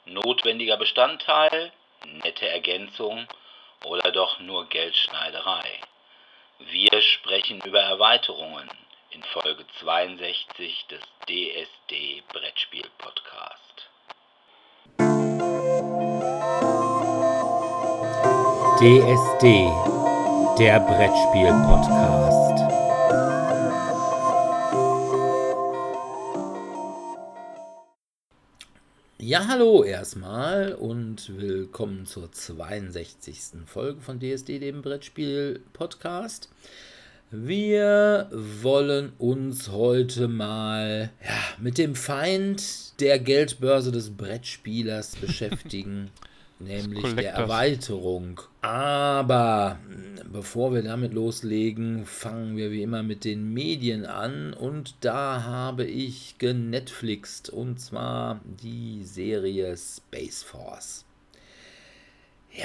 Notwendiger Bestandteil, nette Ergänzung oder doch nur Geldschneiderei? Wir sprechen über Erweiterungen in Folge 62 des DSD Brettspiel Podcast. DSD, der Brettspiel Podcast. Ja, hallo erstmal und willkommen zur 62. Folge von DSD, dem Brettspiel-Podcast. Wir wollen uns heute mal mit dem Feind der Geldbörse des Brettspielers beschäftigen, nämlich der Erweiterung. Aber bevor wir damit loslegen, fangen wir wie immer mit den Medien an. Und da habe ich genetflixt, und zwar die Serie Space Force. Ja,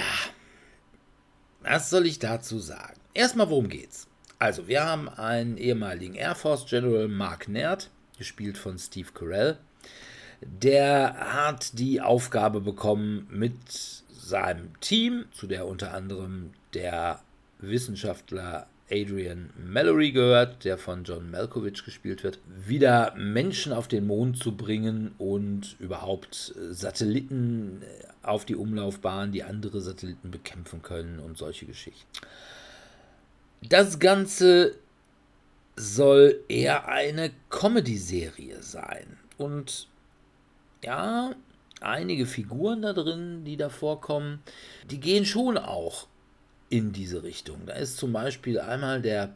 was soll ich dazu sagen? Erstmal, worum geht's? Also, wir haben einen ehemaligen Air Force General, Mark Nerd, gespielt von Steve Carell. Der hat die Aufgabe bekommen, mit seinem Team, zu der unter anderem der Wissenschaftler Adrian Mallory gehört, der von John Malkovich gespielt wird, wieder Menschen auf den Mond zu bringen und überhaupt Satelliten auf die Umlaufbahn, die andere Satelliten bekämpfen können und solche Geschichten. Das Ganze soll eher eine Comedy-Serie sein. Und ja, einige Figuren da drin, die da vorkommen, die gehen schon auch in diese Richtung. Da ist zum Beispiel einmal der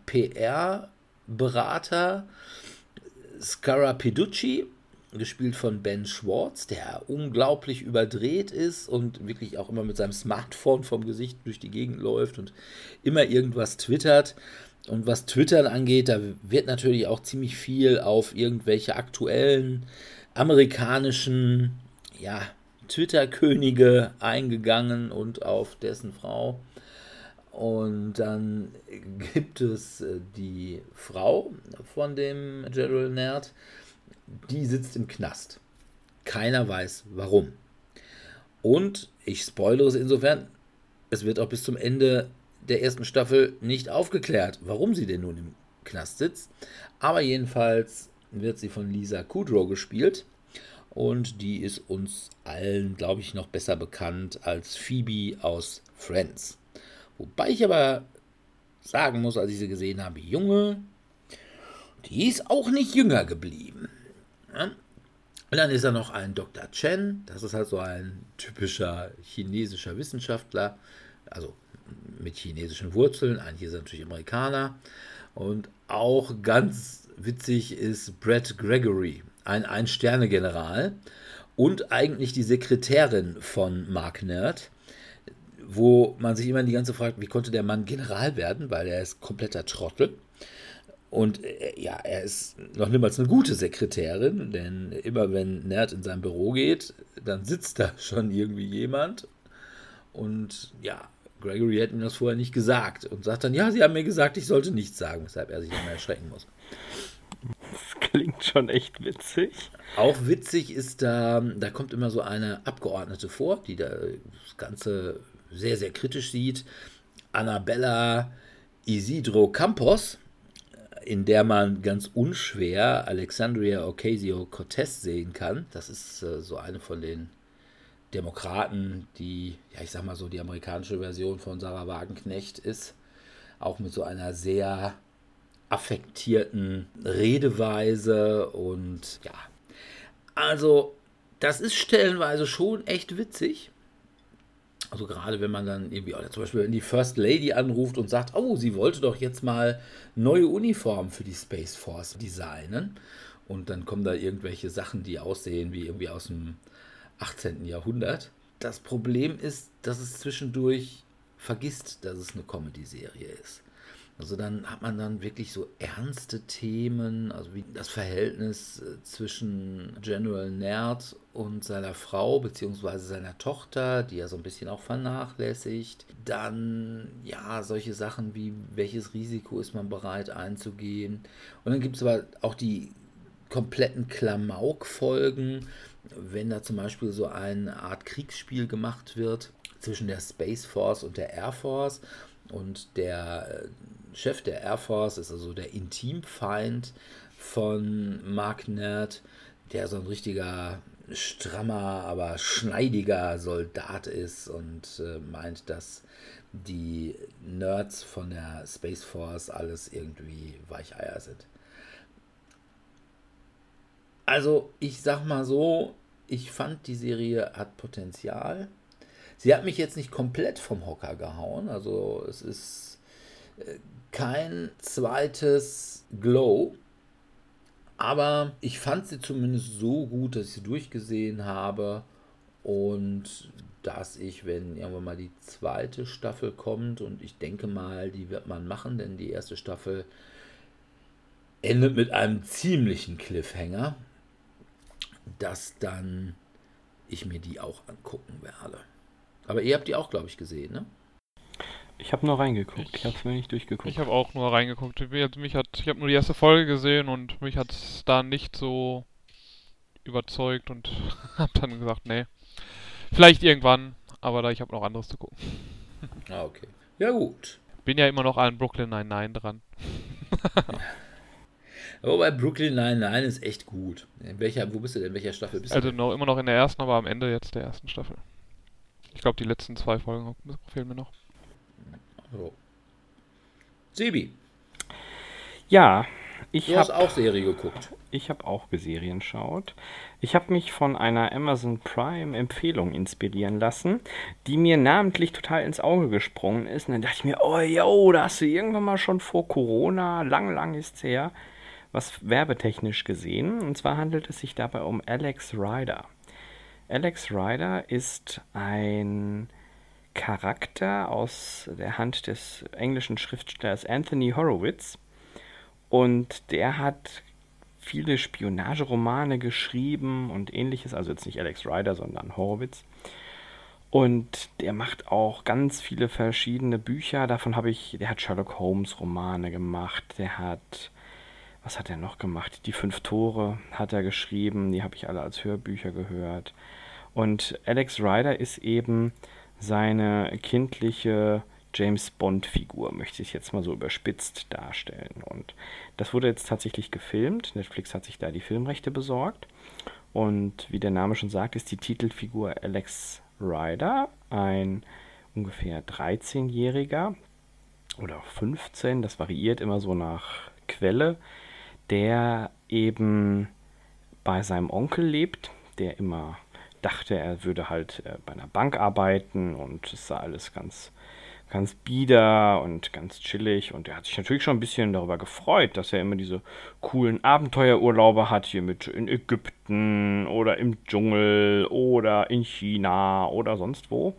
PR-Berater Scara Peducci, gespielt von Ben Schwartz, der unglaublich überdreht ist und wirklich auch immer mit seinem Smartphone vom Gesicht durch die Gegend läuft und immer irgendwas twittert. Und was Twittern angeht, da wird natürlich auch ziemlich viel auf irgendwelche aktuellen amerikanischen Twitter-Könige eingegangen und auf dessen Frau. Und dann gibt es die Frau von dem General Nerd, die sitzt im Knast. Keiner weiß warum. Und ich spoilere es insofern, es wird auch bis zum Ende der ersten Staffel nicht aufgeklärt, warum sie denn nun im Knast sitzt. Aber jedenfalls wird sie von Lisa Kudrow gespielt. Und die ist uns allen, glaube ich, noch besser bekannt als Phoebe aus Friends. Wobei ich aber sagen muss, als ich sie gesehen habe, Junge, die ist auch nicht jünger geblieben. Ja? Und dann ist da noch ein Dr. Chen, das ist halt so ein typischer chinesischer Wissenschaftler, also mit chinesischen Wurzeln, eigentlich ist er natürlich Amerikaner. Und auch ganz witzig ist Brett Gregory, ein Ein-Sterne-General und eigentlich die Sekretärin von Mark Nerd, wo man sich immer die ganze Frage, wie konnte der Mann General werden, weil er ist kompletter Trottel. Und er ist noch niemals eine gute Sekretärin, denn immer wenn Nerd in sein Büro geht, dann sitzt da schon irgendwie jemand. Und ja, Gregory hat ihm das vorher nicht gesagt und sagt dann, ja, sie haben mir gesagt, ich sollte nichts sagen, weshalb er sich immer erschrecken muss. Das klingt schon echt witzig. Auch witzig ist da kommt immer so eine Abgeordnete vor, die das Ganze sehr, sehr kritisch sieht. Annabella Isidro Campos, in der man ganz unschwer Alexandria Ocasio-Cortez sehen kann. Das ist so eine von den Demokraten, die, ja, ich sag mal so, die amerikanische Version von Sarah Wagenknecht ist. Auch mit so einer sehr affektierten Redeweise und ja. Also, das ist stellenweise schon echt witzig. Also gerade wenn man dann irgendwie, oder zum Beispiel wenn die First Lady anruft und sagt, oh, sie wollte doch jetzt mal neue Uniformen für die Space Force designen. Und dann kommen da irgendwelche Sachen, die aussehen wie irgendwie aus dem 18. Jahrhundert. Das Problem ist, dass es zwischendurch vergisst, dass es eine Comedy-Serie ist. Also dann hat man dann wirklich so ernste Themen, also wie das Verhältnis zwischen General Nerd und seiner Frau bzw. seiner Tochter, die er so ein bisschen auch vernachlässigt. Dann ja solche Sachen wie, welches Risiko ist man bereit einzugehen. Und dann gibt es aber auch die kompletten Klamauk-Folgen, wenn da zum Beispiel so eine Art Kriegsspiel gemacht wird zwischen der Space Force und der Air Force und der Chef der Air Force ist also der Intimfeind von Mark Nerd, der so ein richtiger strammer, aber schneidiger Soldat ist und meint, dass die Nerds von der Space Force alles irgendwie Weicheier sind. Also, ich sag mal so, ich fand, die Serie hat Potenzial. Sie hat mich jetzt nicht komplett vom Hocker gehauen. Also, es ist kein zweites Glow. Aber ich fand sie zumindest so gut, dass ich sie durchgesehen habe. Und dass ich, wenn irgendwann mal die zweite Staffel kommt, und ich denke mal, die wird man machen, denn die erste Staffel endet mit einem ziemlichen Cliffhanger, dass dann ich mir die auch angucken werde. Aber ihr habt die auch, glaube ich, gesehen, ne? Ich habe nur reingeguckt. Ich habe es mir nicht durchgeguckt. Ich habe auch nur reingeguckt. Ich habe nur die erste Folge gesehen und mich hat es da nicht so überzeugt und habe dann gesagt, nee, vielleicht irgendwann, aber ich habe noch anderes zu gucken. Ah, okay. Ja, gut. Bin ja immer noch an Brooklyn Nine-Nine dran. Aber bei Brooklyn Nine-Nine ist echt gut. Wo bist du denn? In welcher Staffel bist du Also denn? immer noch in der ersten, aber am Ende jetzt der ersten Staffel. Ich glaube, die letzten 2 Folgen fehlen mir noch. So. Sebi, Ja, du hast auch Serie geguckt. ich habe auch Serien geschaut. Ich habe mich von einer Amazon Prime Empfehlung inspirieren lassen, die mir namentlich total ins Auge gesprungen ist. Und dann dachte ich mir, oh yo, da hast du irgendwann mal schon vor Corona, lang ist's her, was werbetechnisch gesehen. Und zwar handelt es sich dabei um Alex Rider. Alex Rider ist ein Charakter aus der Hand des englischen Schriftstellers Anthony Horowitz. Und der hat viele Spionageromane geschrieben und ähnliches. Also jetzt nicht Alex Rider, sondern Horowitz. Und der macht auch ganz viele verschiedene Bücher. Der hat Sherlock Holmes Romane gemacht. Was hat er noch gemacht? Die 5 Tore hat er geschrieben. Die habe ich alle als Hörbücher gehört. Und Alex Rider ist eben seine kindliche James-Bond-Figur, möchte ich jetzt mal so überspitzt darstellen. Und das wurde jetzt tatsächlich gefilmt. Netflix hat sich da die Filmrechte besorgt. Und wie der Name schon sagt, ist die Titelfigur Alex Rider ein ungefähr 13-Jähriger oder 15, das variiert immer so nach Quelle, der eben bei seinem Onkel lebt, der immer dachte, er würde halt bei einer Bank arbeiten und es sei alles ganz bieder und ganz chillig. Und er hat sich natürlich schon ein bisschen darüber gefreut, dass er immer diese coolen Abenteuerurlaube hat, hier mit in Ägypten oder im Dschungel oder in China oder sonst wo.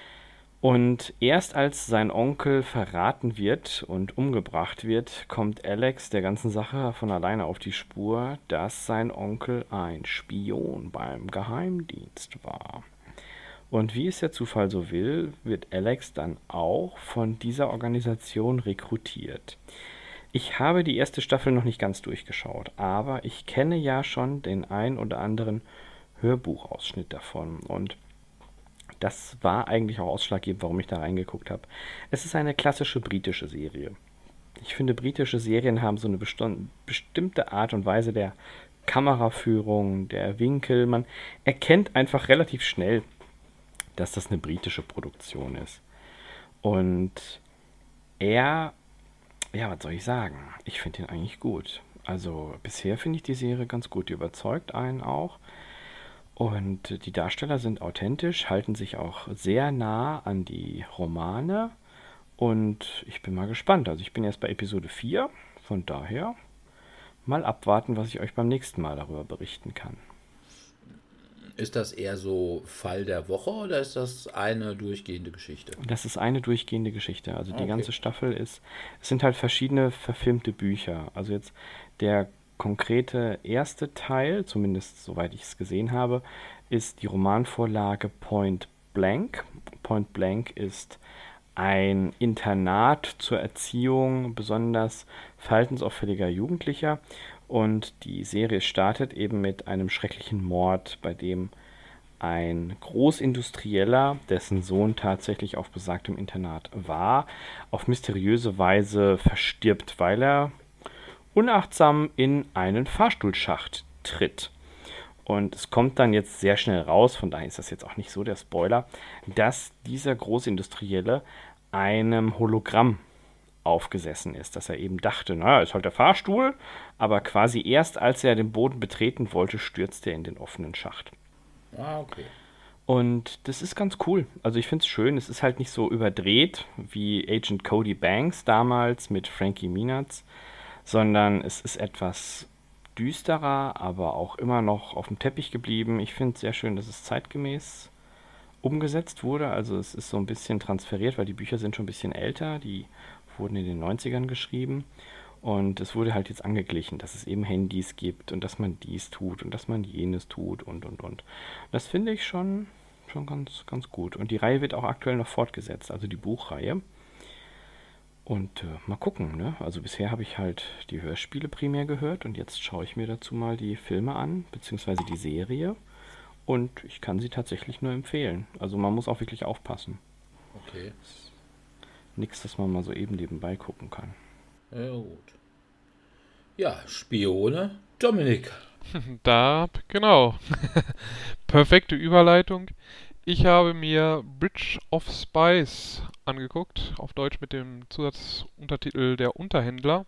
Und erst als sein Onkel verraten wird und umgebracht wird, kommt Alex der ganzen Sache von alleine auf die Spur, dass sein Onkel ein Spion beim Geheimdienst war. Und wie es der Zufall so will, wird Alex dann auch von dieser Organisation rekrutiert. Ich habe die erste Staffel noch nicht ganz durchgeschaut, aber ich kenne ja schon den ein oder anderen Hörbuchausschnitt davon. Und das war eigentlich auch ausschlaggebend, warum ich da reingeguckt habe. Es ist eine klassische britische Serie. Ich finde, britische Serien haben so eine bestimmte Art und Weise der Kameraführung, der Winkel. Man erkennt einfach relativ schnell, dass das eine britische Produktion ist. Und was soll ich sagen? Ich finde ihn eigentlich gut. Also bisher finde ich die Serie ganz gut. Die überzeugt einen auch. Und die Darsteller sind authentisch, halten sich auch sehr nah an die Romane. Und ich bin mal gespannt. Also ich bin jetzt bei Episode 4. Von daher mal abwarten, was ich euch beim nächsten Mal darüber berichten kann. Ist das eher so Fall der Woche oder ist das eine durchgehende Geschichte? Das ist eine durchgehende Geschichte. Also die Okay. ganze Staffel es sind halt verschiedene verfilmte Bücher. Also jetzt der konkrete erste Teil, zumindest soweit ich es gesehen habe, ist die Romanvorlage Point Blank. Point Blank ist ein Internat zur Erziehung besonders verhaltensauffälliger Jugendlicher, Und die Serie startet eben mit einem schrecklichen Mord, bei dem ein Großindustrieller, dessen Sohn tatsächlich auf besagtem Internat war, auf mysteriöse Weise verstirbt, weil er unachtsam in einen Fahrstuhlschacht tritt. Und es kommt dann jetzt sehr schnell raus, von daher ist das jetzt auch nicht so der Spoiler, dass dieser Großindustrielle einem Hologramm aufgesessen ist, dass er eben dachte, naja, ist halt der Fahrstuhl, aber quasi erst als er den Boden betreten wollte, stürzt er in den offenen Schacht. Ah, okay. Und das ist ganz cool. Also ich finde es schön. Es ist halt nicht so überdreht wie Agent Cody Banks damals mit Frankie Muniz, sondern es ist etwas düsterer, aber auch immer noch auf dem Teppich geblieben. Ich finde es sehr schön, dass es zeitgemäß umgesetzt wurde. Also es ist so ein bisschen transferiert, weil die Bücher sind schon ein bisschen älter. Die wurden in den 90ern geschrieben. Und es wurde halt jetzt angeglichen, dass es eben Handys gibt und dass man dies tut und dass man jenes tut und. Das finde ich schon ganz, ganz gut. Und die Reihe wird auch aktuell noch fortgesetzt, also die Buchreihe. Und mal gucken, ne? Also bisher habe ich halt die Hörspiele primär gehört und jetzt schaue ich mir dazu mal die Filme an, beziehungsweise die Serie. Und ich kann sie tatsächlich nur empfehlen. Also man muss auch wirklich aufpassen. Okay. Nichts, dass man mal so eben nebenbei gucken kann. Ja, gut. Ja, Spione. Dominik. Genau. Perfekte Überleitung. Ich habe mir Bridge of Spies angeguckt, auf Deutsch mit dem Zusatzuntertitel Der Unterhändler.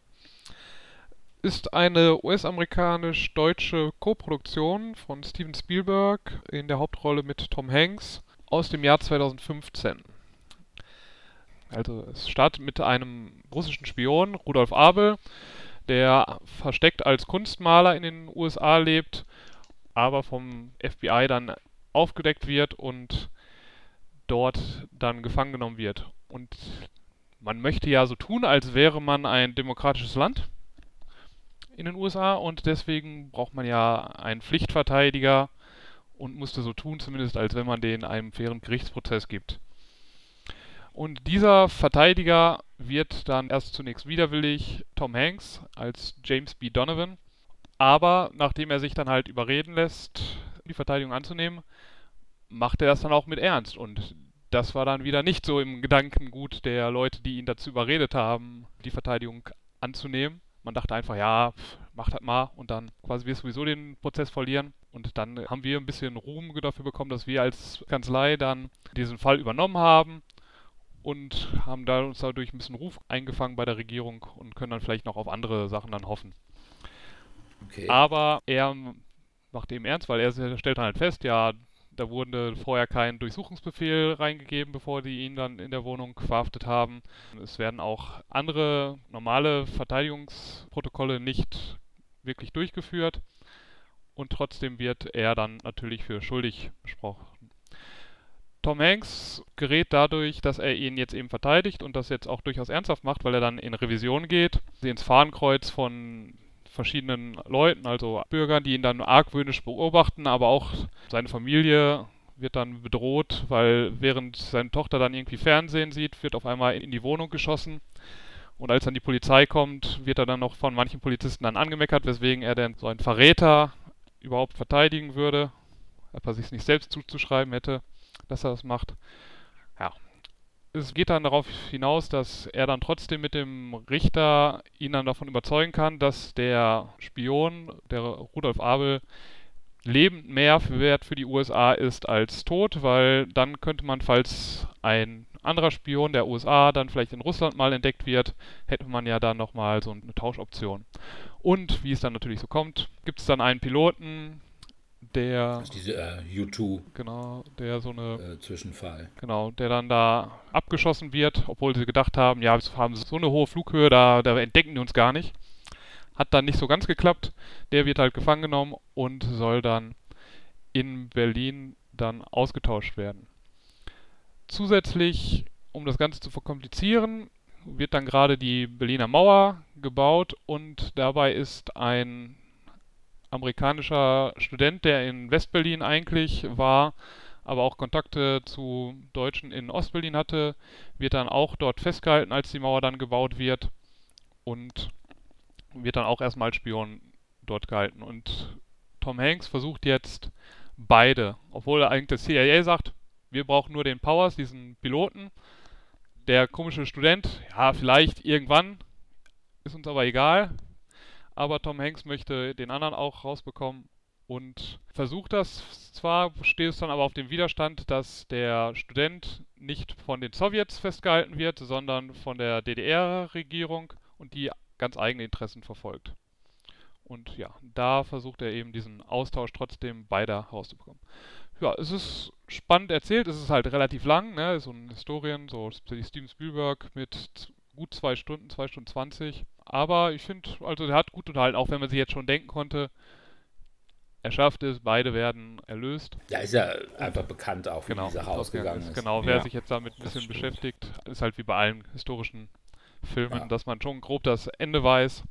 Ist eine US-amerikanisch-deutsche Koproduktion von Steven Spielberg in der Hauptrolle mit Tom Hanks aus dem Jahr 2015. Also es startet mit einem russischen Spion, Rudolf Abel, der versteckt als Kunstmaler in den USA lebt, aber vom FBI dann aufgedeckt wird und dort dann gefangen genommen wird. Und man möchte ja so tun, als wäre man ein demokratisches Land in den USA und deswegen braucht man ja einen Pflichtverteidiger und musste so tun, zumindest als wenn man den einem fairen Gerichtsprozess gibt. Und dieser Verteidiger wird dann erst zunächst widerwillig Tom Hanks als James B. Donovan, aber nachdem er sich dann halt überreden lässt, die Verteidigung anzunehmen, macht er das dann auch mit Ernst. Und das war dann wieder nicht so im Gedankengut der Leute, die ihn dazu überredet haben, die Verteidigung anzunehmen. Man dachte einfach, ja, mach das mal und dann quasi wirst du sowieso den Prozess verlieren. Und dann haben wir ein bisschen Ruhm dafür bekommen, dass wir als Kanzlei dann diesen Fall übernommen haben und haben da uns dadurch ein bisschen Ruf eingefangen bei der Regierung und können dann vielleicht noch auf andere Sachen dann hoffen. Okay. Aber er macht eben ernst, weil er stellt dann halt fest, ja, da wurde vorher kein Durchsuchungsbefehl reingegeben, bevor die ihn dann in der Wohnung verhaftet haben. Es werden auch andere normale Verteidigungsprotokolle nicht wirklich durchgeführt und trotzdem wird er dann natürlich für schuldig gesprochen. Tom Hanks gerät dadurch, dass er ihn jetzt eben verteidigt und das jetzt auch durchaus ernsthaft macht, weil er dann in Revision geht, ins Fahnenkreuz von verschiedenen Leuten, also Bürgern, die ihn dann argwöhnisch beobachten, aber auch seine Familie wird dann bedroht, weil während seine Tochter dann irgendwie Fernsehen sieht, wird auf einmal in die Wohnung geschossen und als dann die Polizei kommt, wird er dann noch von manchen Polizisten dann angemeckert, weswegen er denn so einen Verräter überhaupt verteidigen würde, ob er sich nicht selbst zuzuschreiben hätte, dass er das macht. Ja. Es geht dann darauf hinaus, dass er dann trotzdem mit dem Richter ihn dann davon überzeugen kann, dass der Spion, der Rudolf Abel, lebend mehr wert für die USA ist als tot, weil dann könnte man, falls ein anderer Spion der USA dann vielleicht in Russland mal entdeckt wird, hätte man ja dann nochmal so eine Tauschoption. Und wie es dann natürlich so kommt, gibt es dann einen Piloten, der... Das ist diese U2 Genau, der so eine... Zwischenfall. Genau, der dann da abgeschossen wird, obwohl sie gedacht haben, ja, wir haben so eine hohe Flughöhe, da entdecken die uns gar nicht. Hat dann nicht so ganz geklappt. Der wird halt gefangen genommen und soll dann in Berlin dann ausgetauscht werden. Zusätzlich, um das Ganze zu verkomplizieren, wird dann gerade die Berliner Mauer gebaut und dabei ist ein amerikanischer Student, der in Westberlin eigentlich war, aber auch Kontakte zu Deutschen in Ostberlin hatte, wird dann auch dort festgehalten, als die Mauer dann gebaut wird und wird dann auch erstmal als Spion dort gehalten. Und Tom Hanks versucht jetzt beide, obwohl er eigentlich das CIA sagt, wir brauchen nur den Powers, diesen Piloten. Der komische Student, ja, vielleicht irgendwann, ist uns aber egal. Aber Tom Hanks möchte den anderen auch rausbekommen und versucht das. Zwar steht es dann aber auf dem Widerstand, dass der Student nicht von den Sowjets festgehalten wird, sondern von der DDR-Regierung und die ganz eigene Interessen verfolgt. Und ja, da versucht er eben diesen Austausch trotzdem beider rauszubekommen. Ja, es ist spannend erzählt, es ist halt relativ lang, ne? So ein Historien, so Steven Spielberg mit gut 2 Stunden, 2 Stunden 20. Aber ich finde, also der hat gut unterhalten, auch wenn man sich jetzt schon denken konnte, er schafft es, beide werden erlöst. Ja, ist ja einfach bekannt auch, wie die Sache ausgegangen ist. Genau, wer Ja, sich jetzt damit ein bisschen stimmt. beschäftigt, ist halt wie bei allen historischen Filmen, Ja. dass man schon grob das Ende weiß.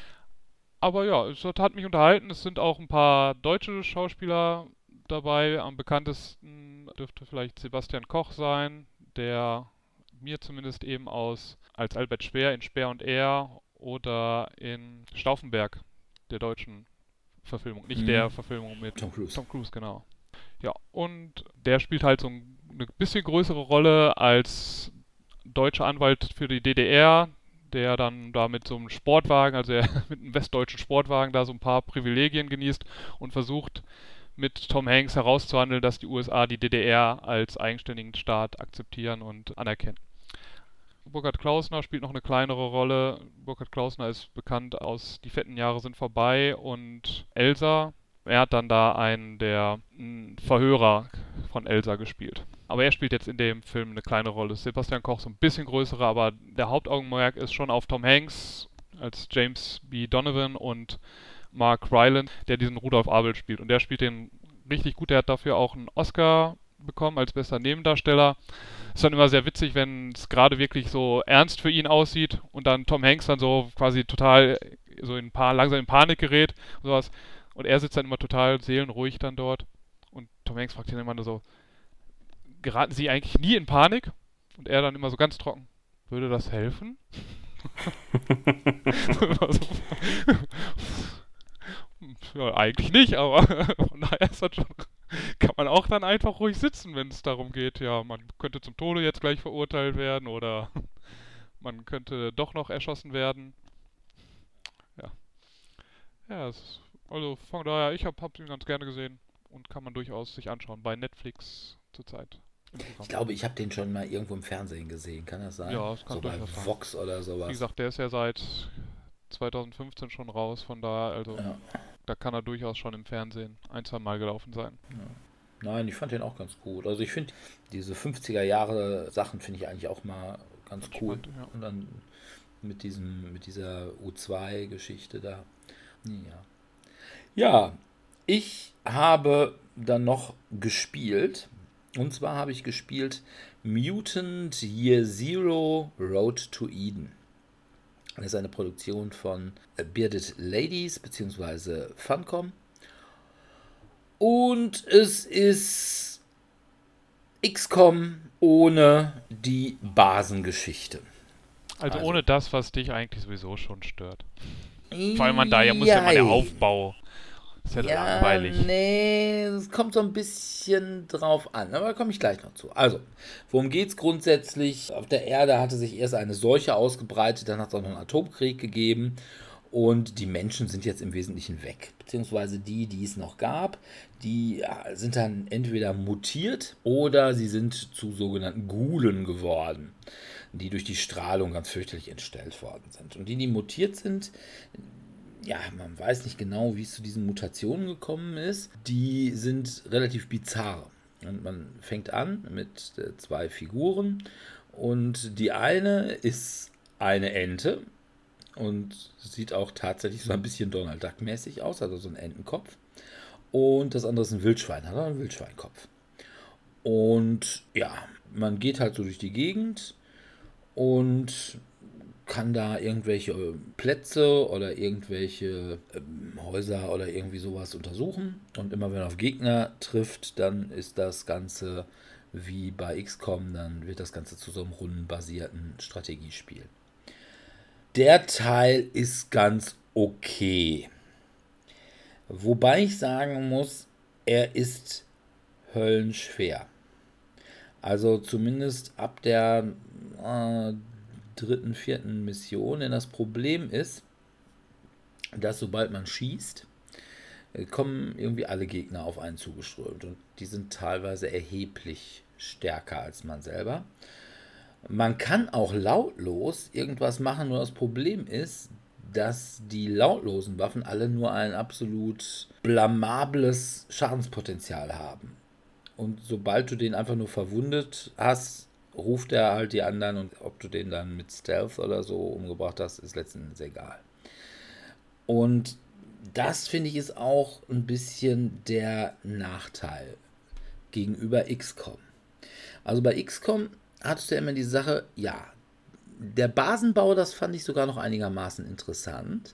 Aber ja, es hat mich unterhalten. Es sind auch ein paar deutsche Schauspieler dabei. Am bekanntesten dürfte vielleicht Sebastian Koch sein, der mir zumindest eben als Albert Speer in Speer und Er oder in Stauffenberg, der deutschen Verfilmung, nicht der Verfilmung mit Tom Cruise. Tom Cruise, genau. Ja, und der spielt halt so eine bisschen größere Rolle als deutscher Anwalt für die DDR, der dann da mit so einem Sportwagen, also er mit einem westdeutschen Sportwagen da so ein paar Privilegien genießt und versucht mit Tom Hanks herauszuhandeln, dass die USA die DDR als eigenständigen Staat akzeptieren und anerkennen. Burkhard Klausner spielt noch eine kleinere Rolle. Burkhard Klausner ist bekannt aus Die fetten Jahre sind vorbei und Elsa. Er hat dann da einen der Verhörer von Elsa gespielt. Aber er spielt jetzt in dem Film eine kleine Rolle. Sebastian Koch so ein bisschen größere, aber der Hauptaugenmerk ist schon auf Tom Hanks als James B. Donovan und Mark Rylance, der diesen Rudolf Abel spielt. Und der spielt den richtig gut. Der hat dafür auch einen Oscar bekommen als bester Nebendarsteller. Ist dann immer sehr witzig, wenn es gerade wirklich so ernst für ihn aussieht und dann Tom Hanks dann so quasi total so langsam in Panik gerät und sowas. Und er sitzt dann immer total seelenruhig dann dort. Und Tom Hanks fragt ihn immer nur so, geraten Sie eigentlich nie in Panik? Und er dann immer so ganz trocken, würde das helfen? Ja, eigentlich nicht, aber von daher ist das schon, kann man auch dann einfach ruhig sitzen, wenn es darum geht, ja, man könnte zum Tode jetzt gleich verurteilt werden oder man könnte doch noch erschossen werden. Ja. Ja, also von daher, ich hab ihn ganz gerne gesehen und kann man durchaus sich anschauen. Bei Netflix zurzeit im Programm. Ich glaube, ich habe den schon mal irgendwo im Fernsehen gesehen. Kann das sein? Ja, das kann so bei durchaus sein. Vox oder sowas. Wie gesagt, der ist ja seit 2015 schon raus, von daher, also Ja. da kann er durchaus schon im Fernsehen 1-2 Mal gelaufen sein. Nein, ich fand den auch ganz gut. Also ich finde diese 50er Jahre Sachen finde ich eigentlich auch mal ganz cool. Spannend, ja. Und dann mit dieser U2-Geschichte da. Ja. Ja, ich habe dann noch gespielt. Und zwar habe ich gespielt Mutant Year Zero Road to Eden. Das ist eine Produktion von Bearded Ladies bzw. Funcom. Und es ist XCOM ohne die Basengeschichte. Also Also- ohne das, was dich eigentlich sowieso schon stört. Weil man da, ja muss ja mal der Jein. Aufbau. Ist ja, Ja, langweilig. nee, es kommt so ein bisschen drauf an, aber da komme ich gleich noch zu. Also, worum geht's grundsätzlich? Auf der Erde hatte sich erst eine Seuche ausgebreitet, dann hat es auch noch einen Atomkrieg gegeben und die Menschen sind jetzt im Wesentlichen weg. Beziehungsweise die es noch gab, die sind dann entweder mutiert oder sie sind zu sogenannten Gulen geworden, die durch die Strahlung ganz fürchterlich entstellt worden sind. Und die mutiert sind, ja, man weiß nicht genau, wie es zu diesen Mutationen gekommen ist. Die sind relativ bizarr. Und man fängt an mit 2 Figuren. Und die eine ist eine Ente und sieht auch tatsächlich so ein bisschen Donald Duck-mäßig aus, also so ein Entenkopf. Und das andere ist ein Wildschwein, hat auch einen Wildschweinkopf. Und ja, man geht halt so durch die Gegend und kann da irgendwelche Plätze oder irgendwelche Häuser oder irgendwie sowas untersuchen. Und immer wenn man auf Gegner trifft, dann ist das Ganze wie bei XCOM, dann wird das Ganze zu so einem rundenbasierten Strategiespiel. Der Teil ist ganz okay. Wobei ich sagen muss, er ist höllenschwer. Also zumindest ab der dritten, vierten Mission. Denn das Problem ist, dass sobald man schießt, kommen irgendwie alle Gegner auf einen zugeströmt. Und die sind teilweise erheblich stärker als man selber. Man kann auch lautlos irgendwas machen, nur das Problem ist, dass die lautlosen Waffen alle nur ein absolut blamables Schadenspotenzial haben. Und sobald du den einfach nur verwundet hast, ruft er halt die anderen, und ob du den dann mit Stealth oder so umgebracht hast, ist letzten Endes egal. Und das, finde ich, ist auch ein bisschen der Nachteil gegenüber XCOM. Also bei XCOM hattest du ja immer die Sache, ja, der Basenbau, das fand ich sogar noch einigermaßen interessant,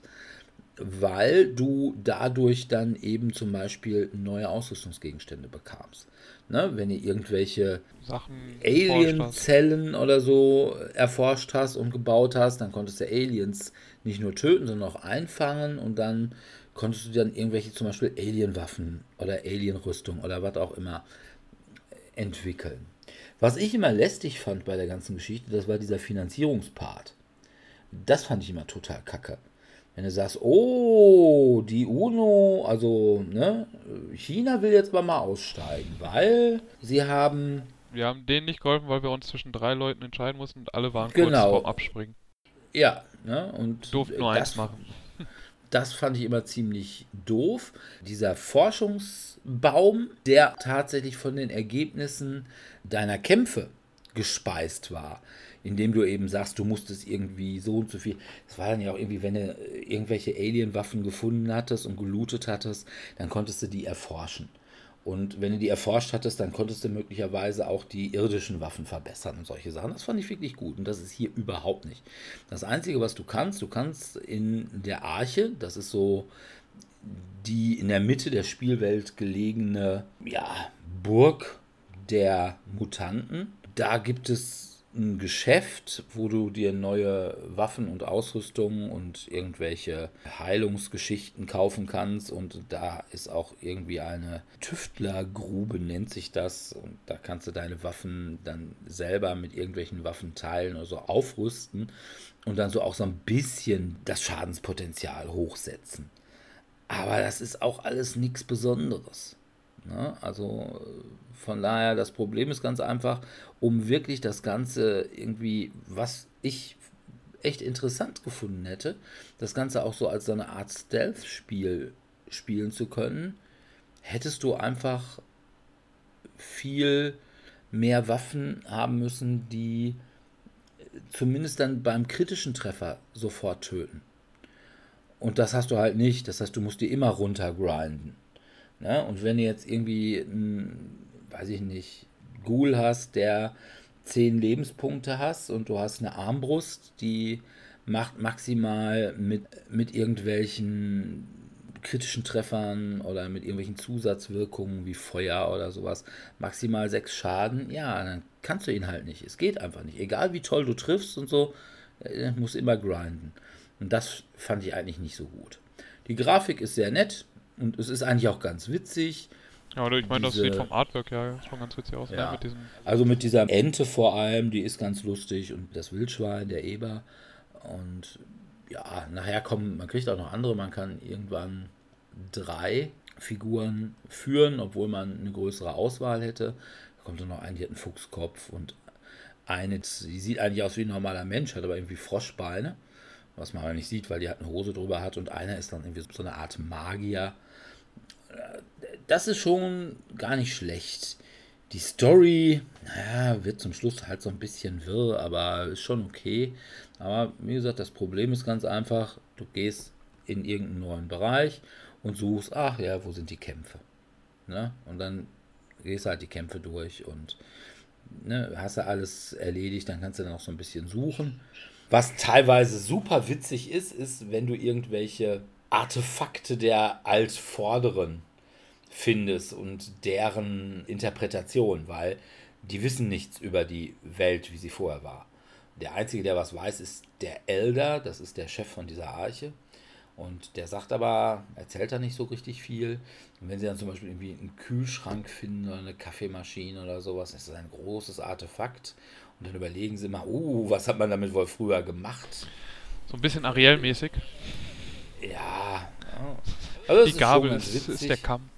weil du dadurch dann eben zum Beispiel neue Ausrüstungsgegenstände bekamst. Ne? Wenn ihr irgendwelche Sachen Alien-Zellen oder so erforscht hast und gebaut hast, dann konntest du Aliens nicht nur töten, sondern auch einfangen, und dann konntest du dann irgendwelche zum Beispiel Alien-Waffen oder Alien-Rüstung oder was auch immer entwickeln. Was ich immer lästig fand bei der ganzen Geschichte, das war dieser Finanzierungspart. Das fand ich immer total kacke. Wenn du sagst, oh, die UNO, also ne, China will jetzt mal aussteigen, weil sie haben... Wir haben denen nicht geholfen, weil wir uns zwischen 3 Leuten entscheiden mussten und alle waren kurz Genau. vorm Abspringen. Ja, ne, und Durften nur eins machen. Das fand ich immer ziemlich doof. Dieser Forschungsbaum, der tatsächlich von den Ergebnissen deiner Kämpfe gespeist war, indem du eben sagst, du musstest irgendwie so und so viel. Das war dann ja auch irgendwie, wenn du irgendwelche Alien-Waffen gefunden hattest und gelootet hattest, dann konntest du die erforschen. Und wenn du die erforscht hattest, dann konntest du möglicherweise auch die irdischen Waffen verbessern und solche Sachen. Das fand ich wirklich gut, und das ist hier überhaupt nicht. Das Einzige, was du kannst in der Arche, das ist so die in der Mitte der Spielwelt gelegene, ja, Burg der Mutanten. Da gibt es ein Geschäft, wo du dir neue Waffen und Ausrüstung und irgendwelche Heilungsgeschichten kaufen kannst, und da ist auch irgendwie eine Tüftlergrube, nennt sich das, und da kannst du deine Waffen dann selber mit irgendwelchen Waffenteilen oder so aufrüsten und dann so auch so ein bisschen das Schadenspotenzial hochsetzen. Aber das ist auch alles nichts Besonderes. Ne? Also von daher, das Problem ist ganz einfach, um wirklich das Ganze irgendwie, was ich echt interessant gefunden hätte, das Ganze auch so als so eine Art Stealth-Spiel spielen zu können, hättest du einfach viel mehr Waffen haben müssen, die zumindest dann beim kritischen Treffer sofort töten. Und das hast du halt nicht. Das heißt, du musst die immer runtergrinden. Ne? Und wenn du jetzt irgendwie, weiß ich nicht, Ghoul hast, der 10 Lebenspunkte hast, und du hast eine Armbrust, die macht maximal mit irgendwelchen kritischen Treffern oder mit irgendwelchen Zusatzwirkungen wie Feuer oder sowas maximal 6 Schaden, ja, dann kannst du ihn halt nicht. Es geht einfach nicht. Egal wie toll du triffst und so, musst immer grinden. Und das fand ich eigentlich nicht so gut. Die Grafik ist sehr nett und es ist eigentlich auch ganz witzig. Ja, oder ich meine, das sieht vom Artwork ja schon ganz witzig aus. Ja. Ne? Mit diesem Also mit dieser Ente vor allem, die ist ganz lustig, und das Wildschwein, der Eber. Und ja, nachher man kriegt auch noch andere, man kann irgendwann 3 Figuren führen, obwohl man eine größere Auswahl hätte. Da kommt dann noch eine, die hat einen Fuchskopf, und eine, die sieht eigentlich aus wie ein normaler Mensch, hat aber irgendwie Froschbeine, was man aber nicht sieht, weil die halt eine Hose drüber hat, und einer ist dann irgendwie so eine Art Magier. Das ist schon gar nicht schlecht. Die Story, naja, wird zum Schluss halt so ein bisschen wirr, aber ist schon okay. Aber wie gesagt, das Problem ist ganz einfach, du gehst in irgendeinen neuen Bereich und suchst, ach ja, wo sind die Kämpfe? Ne? Und dann gehst halt die Kämpfe durch und ne, hast du alles erledigt, dann kannst du dann auch so ein bisschen suchen. Was teilweise super witzig ist, wenn du irgendwelche Artefakte der Altvorderen findest und deren Interpretation, weil die wissen nichts über die Welt, wie sie vorher war. Der Einzige, der was weiß, ist der Elder, das ist der Chef von dieser Arche. Und der sagt aber, erzählt da nicht so richtig viel. Und wenn sie dann zum Beispiel irgendwie einen Kühlschrank finden oder eine Kaffeemaschine oder sowas, ist das ein großes Artefakt. Und dann überlegen sie immer, was hat man damit wohl früher gemacht? So ein bisschen Ariel-mäßig. Ja. Also Die Gabel ist der Kamm.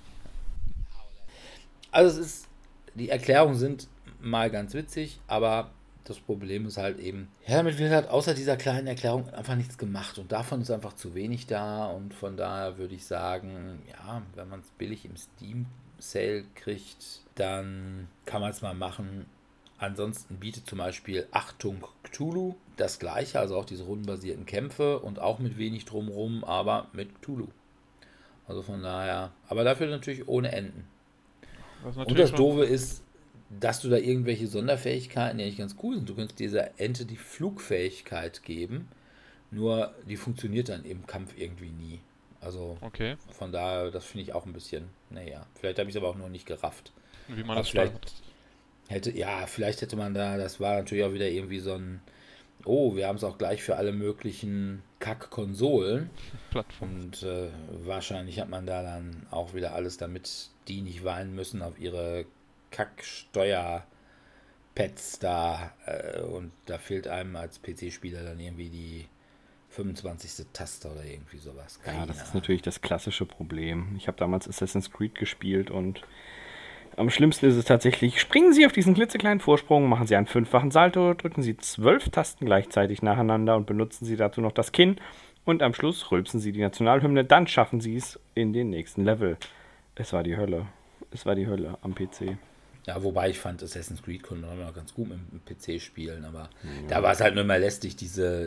Also die Erklärungen sind mal ganz witzig, aber das Problem ist halt eben, ja, damit wird halt außer dieser kleinen Erklärung einfach nichts gemacht und davon ist einfach zu wenig da und von daher würde ich sagen, ja, wenn man es billig im Steam Sale kriegt, dann kann man es mal machen. Ansonsten bietet zum Beispiel Achtung Cthulhu das gleiche, also auch diese rundenbasierten Kämpfe und auch mit wenig drumherum, aber mit Cthulhu. Also von daher, aber dafür natürlich ohne Enden. Und das Doofe ist, dass du da irgendwelche Sonderfähigkeiten, die eigentlich ganz cool sind. Du könntest dieser Ente die Flugfähigkeit geben, nur die funktioniert dann im Kampf irgendwie nie. Also Okay. von daher, das finde ich auch ein bisschen, naja, vielleicht habe ich es aber auch noch nicht gerafft. Wie man Aber das vielleicht steuert. vielleicht hätte man da, das war natürlich auch wieder irgendwie so ein, wir haben es auch gleich für alle möglichen Kack-Konsolen. Plattform. Und wahrscheinlich hat man da dann auch wieder alles, damit die nicht weinen müssen auf ihre Kack-Steuerpads da. Und da fehlt einem als PC-Spieler dann irgendwie die 25. Taste oder irgendwie sowas. Ja, das ist natürlich das klassische Problem. Ich habe damals Assassin's Creed gespielt und am schlimmsten ist es tatsächlich, springen Sie auf diesen klitzekleinen Vorsprung, machen Sie einen 5-fachen Salto, drücken Sie 12 Tasten gleichzeitig nacheinander und benutzen Sie dazu noch das Kinn und am Schluss rülpsen Sie die Nationalhymne, dann schaffen Sie es in den nächsten Level. Es war die Hölle. Es war die Hölle am PC. Ja, wobei ich fand, Assassin's Creed konnte man auch ganz gut mit dem PC spielen, aber da war es halt nur immer lästig, diese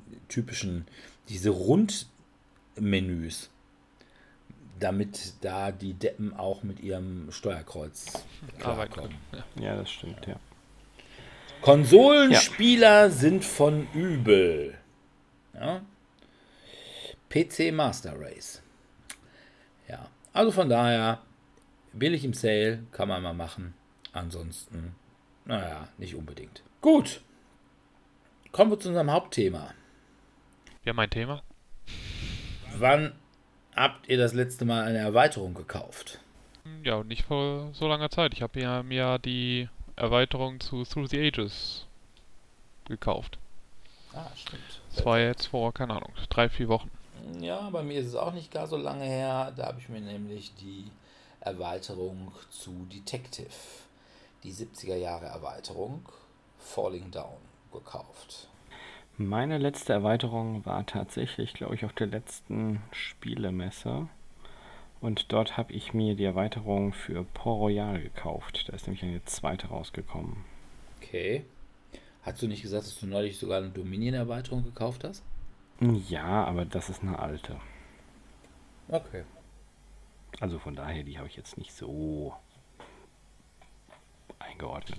Rundmenüs, damit da die Deppen auch mit ihrem Steuerkreuz klarkommen. Ja, das stimmt, ja. Konsolenspieler sind von übel. Ja? PC Master Race. Ja, also von daher, billig im Sale, kann man mal machen. Ansonsten, nicht unbedingt. Gut, kommen wir zu unserem Hauptthema. Ja, mein Thema. Wann habt ihr das letzte Mal eine Erweiterung gekauft? Ja, nicht vor so langer Zeit. Ich habe mir die Erweiterung zu Through the Ages gekauft. Stimmt. Das war jetzt vor, keine Ahnung, 3-4 Wochen. Ja, bei mir ist es auch nicht gar so lange her. Da habe ich mir nämlich die Erweiterung zu Detective, die 70er Jahre Erweiterung, Falling Down, gekauft. Meine letzte Erweiterung war tatsächlich, glaube ich, auf der letzten Spielemesse. Und dort habe ich mir die Erweiterung für Port Royal gekauft. Da ist nämlich eine zweite rausgekommen. Okay. Hast du nicht gesagt, dass du neulich sogar eine Dominion-Erweiterung gekauft hast? Ja, aber das ist eine alte. Okay. Also von daher, die habe ich jetzt nicht so eingeordnet.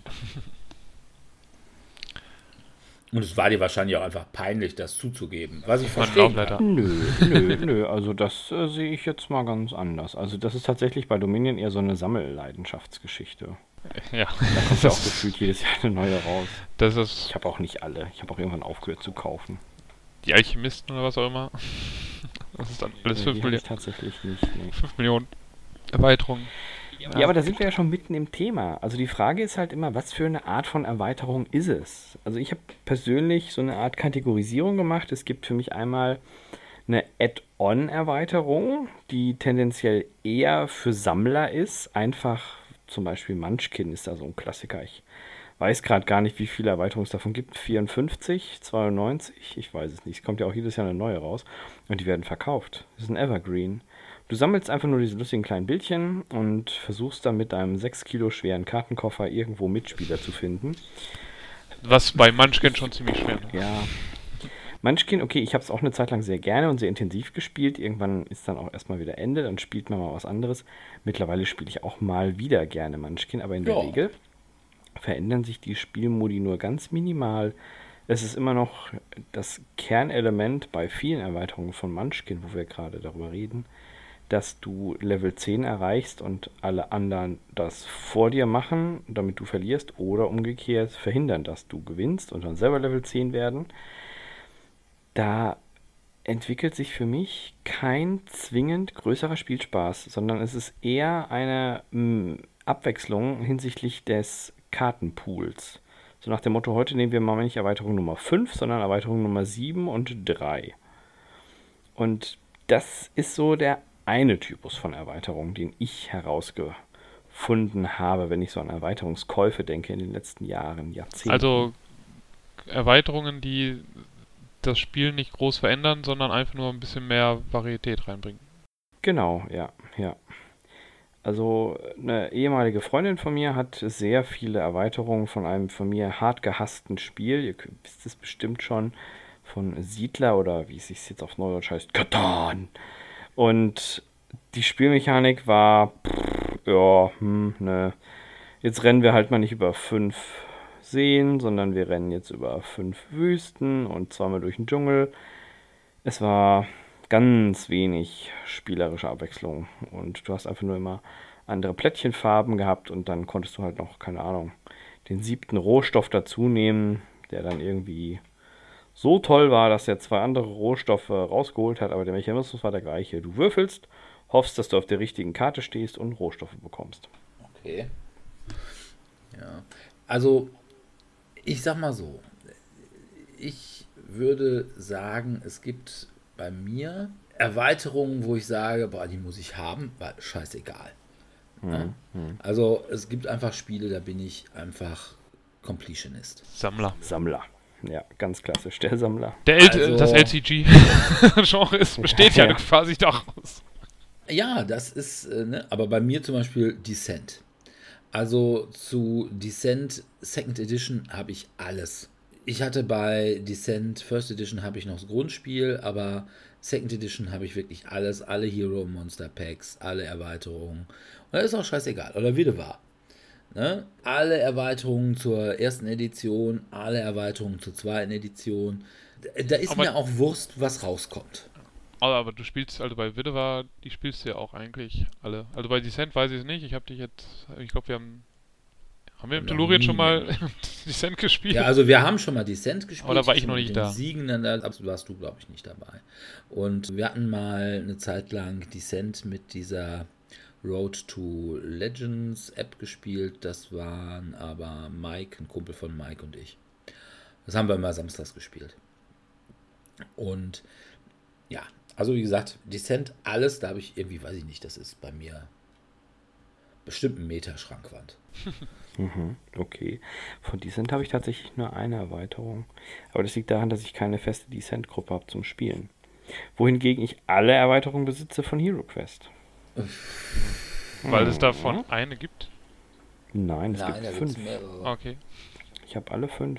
Und es war dir wahrscheinlich auch einfach peinlich, das zuzugeben. Was ich verstehe. Nö. Also das sehe ich jetzt mal ganz anders. Also das ist tatsächlich bei Dominion eher so eine Sammelleidenschaftsgeschichte. Ja. Da kommt ja auch gefühlt jedes Jahr eine neue raus. Das ist Ich habe auch nicht alle. Ich habe auch irgendwann aufgehört zu kaufen. die Alchemisten oder was auch immer. Das ist dann alles 5 Die habe ich tatsächlich nicht. Nee. 5 Millionen Erweiterungen. Ja, aber da sind wir ja schon mitten im Thema. Also die Frage ist halt immer, was für eine Art von Erweiterung ist es? Also ich habe persönlich so eine Art Kategorisierung gemacht. Es gibt für mich einmal eine Add-on-Erweiterung, die tendenziell eher für Sammler ist. Einfach zum Beispiel Munchkin ist da so ein Klassiker. Ich weiß gerade gar nicht, wie viele Erweiterungen es davon gibt. 54, 92, ich weiß es nicht. Es kommt ja auch jedes Jahr eine neue raus. Und die werden verkauft. Das ist ein Evergreen. Du sammelst einfach nur diese lustigen kleinen Bildchen und versuchst dann mit deinem 6 Kilo schweren Kartenkoffer irgendwo Mitspieler zu finden. Was bei Munchkin schon ziemlich schwer ist. Ja. Munchkin, okay, ich habe es auch eine Zeit lang sehr gerne und sehr intensiv gespielt. Irgendwann ist dann auch erstmal wieder Ende, dann spielt man mal was anderes. Mittlerweile spiele ich auch mal wieder gerne Munchkin, aber in der Regel verändern sich die Spielmodi nur ganz minimal. Es ist immer noch das Kernelement bei vielen Erweiterungen von Munchkin, wo wir gerade darüber reden, dass du Level 10 erreichst und alle anderen das vor dir machen, damit du verlierst, oder umgekehrt verhindern, dass du gewinnst und dann selber Level 10 werden. Da entwickelt sich für mich kein zwingend größerer Spielspaß, sondern es ist eher eine Abwechslung hinsichtlich des Kartenpools. So nach dem Motto, heute nehmen wir mal nicht Erweiterung Nummer 5, sondern Erweiterung Nummer 7 und 3. Und das ist so der eine Typus von Erweiterung, den ich herausgefunden habe, wenn ich so an Erweiterungskäufe denke in den letzten Jahren, Jahrzehnten. Also Erweiterungen, die das Spiel nicht groß verändern, sondern einfach nur ein bisschen mehr Varietät reinbringen. Genau, ja. Also eine ehemalige Freundin von mir hat sehr viele Erweiterungen von einem von mir hart gehassten Spiel. Ihr wisst es bestimmt schon, von Siedler oder wie es sich jetzt auf Neudeutsch heißt, Catan. Und die Spielmechanik war, ne. Jetzt rennen wir halt mal nicht über 5 Seen, sondern wir rennen jetzt über 5 Wüsten und zweimal durch den Dschungel. Es war ganz wenig spielerische Abwechslung und du hast einfach nur immer andere Plättchenfarben gehabt und dann konntest du halt noch, keine Ahnung, den 7. Rohstoff dazu nehmen, der dann irgendwie so toll war, dass er 2 andere Rohstoffe rausgeholt hat, aber der Mechanismus war der gleiche. Du würfelst, hoffst, dass du auf der richtigen Karte stehst und Rohstoffe bekommst. Okay. Ja. Also, ich sag mal so, ich würde sagen, es gibt bei mir Erweiterungen, wo ich sage, boah, die muss ich haben, weil scheißegal. Ja? Also es gibt einfach Spiele, da bin ich einfach Completionist. Sammler. Ja, ganz klassisch, der Sammler. Das LCG-Genre besteht ja Ja. quasi daraus. Ja, das ist, aber bei mir zum Beispiel Descent. Also zu Descent Second Edition habe ich alles. Ich hatte bei Descent First Edition habe ich noch das Grundspiel, aber Second Edition habe ich wirklich alles, alle Hero Monster Packs, alle Erweiterungen. Und das ist auch scheißegal, oder wie das war. Ne? Alle Erweiterungen zur ersten Edition, alle Erweiterungen zur zweiten Edition. Da ist Aber- mir auch Wurst, was rauskommt. Aber du spielst, also bei Widowa, die spielst du ja auch eigentlich alle. Also bei Descent weiß ich es nicht. Ich glaube, wir haben wir im Noch Tellurien nie schon mal Descent gespielt? Ja, also wir haben schon mal Descent gespielt. Aber da war ich schon noch mit nicht den da. Siegen, dann warst du, glaube ich, nicht dabei. Und wir hatten mal eine Zeit lang Descent mit dieser Road to Legends App gespielt. Das waren aber Mike, ein Kumpel von Mike und ich. Das haben wir immer samstags gespielt. Und ja, also wie gesagt, Descent, alles, da habe ich irgendwie, weiß ich nicht, das ist bei mir bestimmt ein Meter Schrankwand. Okay. Von Descent habe ich tatsächlich nur eine Erweiterung. Aber das liegt daran, dass ich keine feste Descent-Gruppe habe zum Spielen. Wohingegen ich alle Erweiterungen besitze von Hero Quest. Weil es davon eine gibt? Nein, es Nein, gibt da gibt es 5. mehrere. Okay. Ich habe alle 5.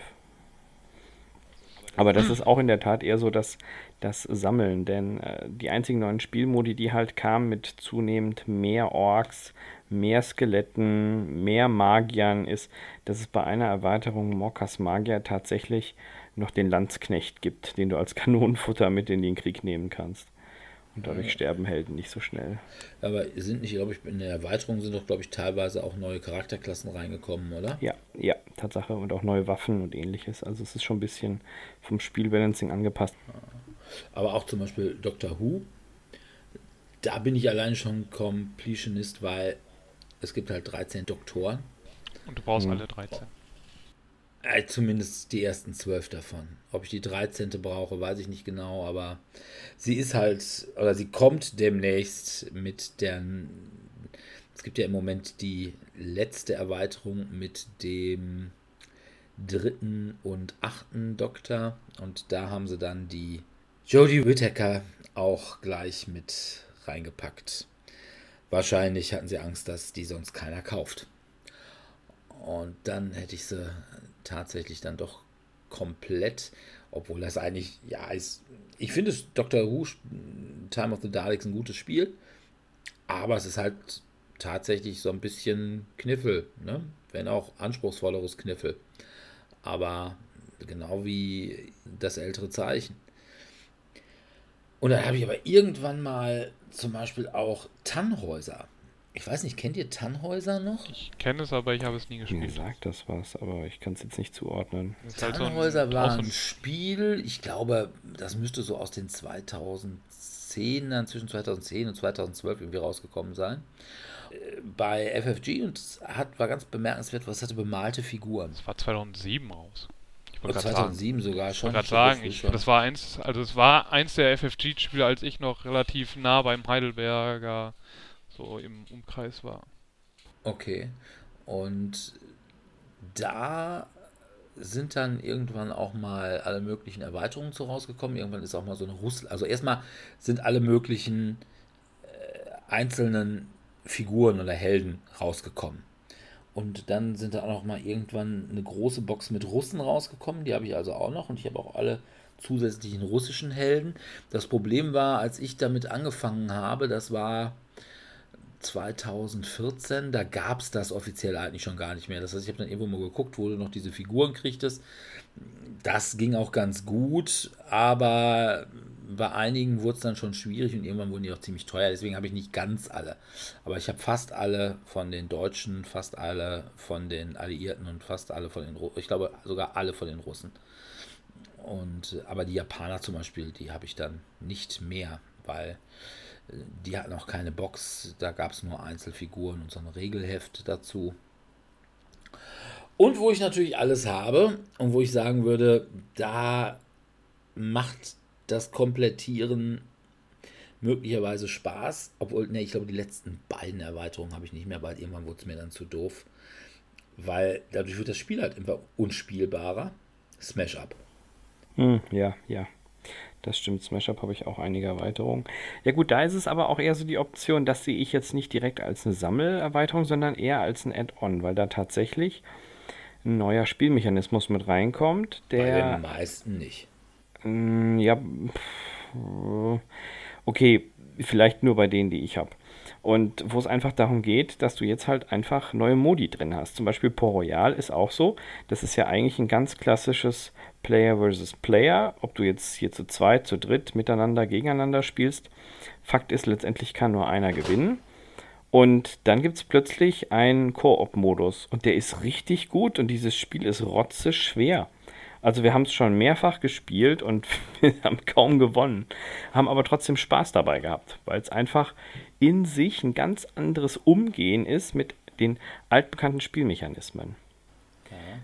Aber das ist auch in der Tat eher so das Sammeln, denn die einzigen neuen Spielmodi, die halt kamen mit zunehmend mehr Orks, mehr Skeletten, mehr Magiern, ist, dass es bei einer Erweiterung Morkas Magier tatsächlich noch den Landsknecht gibt, den du als Kanonenfutter mit in den Krieg nehmen kannst. Und dadurch sterben Helden nicht so schnell. Aber sind nicht, glaube ich, in der Erweiterung sind doch, glaube ich, teilweise auch neue Charakterklassen reingekommen, oder? Ja, Tatsache. Und auch neue Waffen und ähnliches. Also es ist schon ein bisschen vom Spielbalancing angepasst. Aber auch zum Beispiel Doctor Who, da bin ich allein schon Completionist, weil es gibt halt 13 Doktoren. Und du brauchst alle 13. Zumindest die ersten 12 davon. Ob ich die 13. brauche, weiß ich nicht genau, aber sie ist halt, oder sie kommt demnächst mit es gibt ja im Moment die letzte Erweiterung mit dem 3. und 8. Doktor und da haben sie dann die Jodie Whittaker auch gleich mit reingepackt. Wahrscheinlich hatten sie Angst, dass die sonst keiner kauft. Und dann hätte ich sie tatsächlich dann doch komplett, obwohl das eigentlich, ja, ich finde es Doctor Who Time of the Daleks ein gutes Spiel, aber es ist halt tatsächlich so ein bisschen Kniffel, ne? Wenn auch anspruchsvolleres Kniffel. Aber genau wie das ältere Zeichen. Und dann habe ich aber irgendwann mal zum Beispiel auch Tannhäuser Ich weiß nicht, kennt ihr Tannhäuser noch? Ich kenne es, aber ich habe es nie Mir gespielt. sagt das was, aber ich kann es jetzt nicht zuordnen. Das ist halt so Tannhäuser auch war so ein Spiel, ich glaube, das müsste so aus den 2010ern, zwischen 2010 und 2012 irgendwie rausgekommen sein. Bei FFG und war ganz bemerkenswert, was hatte bemalte Figuren. Das war 2007 raus. Ich wollte Oder gerade sagen. 2007 sogar Ich schon. wollte gerade Ich sagen, das war eins der FFG-Spiele, als ich noch relativ nah beim Heidelberger so im Umkreis war. Okay. Und da sind dann irgendwann auch mal alle möglichen Erweiterungen zu rausgekommen. Irgendwann ist auch mal so eine also erstmal sind alle möglichen einzelnen Figuren oder Helden rausgekommen. Und dann sind da auch noch mal irgendwann eine große Box mit Russen rausgekommen. Die habe ich also auch noch. Und ich habe auch alle zusätzlichen russischen Helden. Das Problem war, als ich damit angefangen habe, das war 2014, da gab es das offiziell eigentlich schon gar nicht mehr. Das heißt, ich habe dann irgendwo mal geguckt, wo du noch diese Figuren kriegtest. Das ging auch ganz gut, aber bei einigen wurde es dann schon schwierig und irgendwann wurden die auch ziemlich teuer. Deswegen habe ich nicht ganz alle. Aber ich habe fast alle von den Deutschen, fast alle von den Alliierten und fast alle von den Russen. Ich glaube sogar alle von den Russen. Aber die Japaner zum Beispiel, die habe ich dann nicht mehr, weil die hatten auch keine Box. Da gab es nur Einzelfiguren und so ein Regelheft dazu. Und wo ich natürlich alles habe und wo ich sagen würde, da macht das Komplettieren möglicherweise Spaß. Obwohl, ne, ich glaube, die letzten beiden Erweiterungen habe ich nicht mehr, weil irgendwann wurde es mir dann zu doof. Weil dadurch wird das Spiel halt immer unspielbarer. Smash Up. Ja. Das stimmt, Smash Up habe ich auch einige Erweiterungen. Ja gut, da ist es aber auch eher so die Option, das sehe ich jetzt nicht direkt als eine Sammelerweiterung, sondern eher als ein Add-on, weil da tatsächlich ein neuer Spielmechanismus mit reinkommt, Bei den der, meisten nicht. ja, okay, vielleicht nur bei denen, die ich habe. Und wo es einfach darum geht, dass du jetzt halt einfach neue Modi drin hast. Zum Beispiel Port Royal ist auch so. Das ist ja eigentlich ein ganz klassisches Player versus Player. Ob du jetzt hier zu zweit, zu dritt miteinander, gegeneinander spielst. Fakt ist, letztendlich kann nur einer gewinnen. Und dann gibt es plötzlich einen Koop-Modus. Und der ist richtig gut und dieses Spiel ist rotzeschwer. Also wir haben es schon mehrfach gespielt und wir haben kaum gewonnen, haben aber trotzdem Spaß dabei gehabt, weil es einfach in sich ein ganz anderes Umgehen ist mit den altbekannten Spielmechanismen. Okay.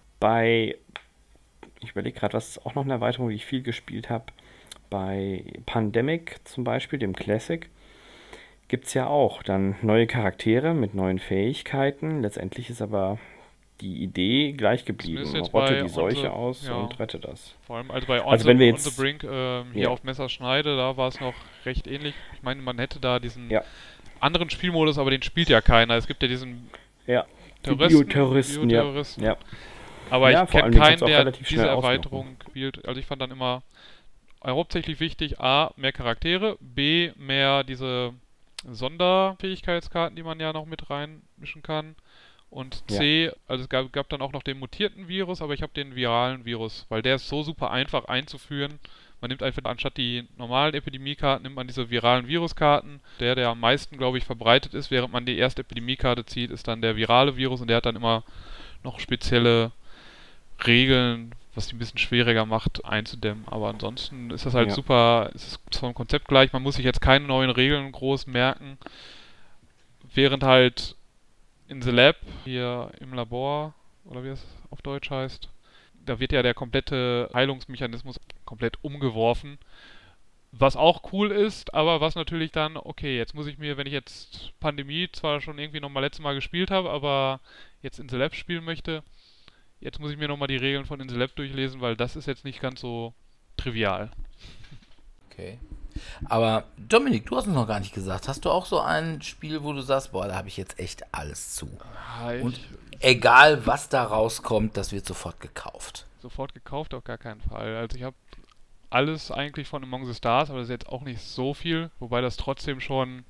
Ich überlege gerade, was ist auch noch eine Erweiterung, die ich viel gespielt habe. Bei Pandemic zum Beispiel, dem Classic, gibt es ja auch dann neue Charaktere mit neuen Fähigkeiten. Letztendlich ist aber die Idee gleich geblieben. Zumindest jetzt Rotte bei die Seuche On aus the, ja, und rette das. vor allem also bei Also wenn wir On the jetzt, Brink hier ja, auf Messerschneide, da war es noch recht ähnlich. Ich meine, man hätte da diesen ja, anderen Spielmodus, aber den spielt ja keiner. Es gibt ja diesen ja, die Bioterroristen, Ja. aber Ja, ich vor kenne allem, den keinen, kannst du auch der relativ diese schnell auslocken. Erweiterung spielt. Also ich fand dann immer hauptsächlich wichtig, A, mehr Charaktere, B, mehr diese Sonderfähigkeitskarten, die man ja noch mit reinmischen kann. Und Ja, C, also es gab dann auch noch den mutierten Virus, aber ich habe den viralen Virus, weil der ist so super einfach einzuführen. Man nimmt einfach anstatt die normalen Epidemiekarten, nimmt man diese viralen Viruskarten. Der am meisten, glaube ich, verbreitet ist, während man die erste Epidemiekarte zieht, ist dann der virale Virus und der hat dann immer noch spezielle Regeln, was die ein bisschen schwieriger macht einzudämmen. Aber ansonsten ist das halt ja, super, es ist vom Konzept gleich, man muss sich jetzt keine neuen Regeln groß merken, während halt in The Lab, hier im Labor, oder wie es auf Deutsch heißt, da wird ja der komplette Heilungsmechanismus komplett umgeworfen. Was auch cool ist, aber was natürlich dann, okay, jetzt muss ich mir, wenn ich jetzt Pandemie zwar schon irgendwie nochmal letztes Mal gespielt habe, aber jetzt in The Lab spielen möchte, jetzt muss ich mir nochmal die Regeln von In The Lab durchlesen, weil das ist jetzt nicht ganz so trivial. Okay. Aber Dominik, du hast es noch gar nicht gesagt. Hast du auch so ein Spiel, wo du sagst, boah, da habe ich jetzt echt alles zu? Und egal, was da rauskommt, das wird sofort gekauft. Sofort gekauft, auf gar keinen Fall. Also ich habe alles eigentlich von Among the Stars, aber das ist jetzt auch nicht so viel, wobei das trotzdem schon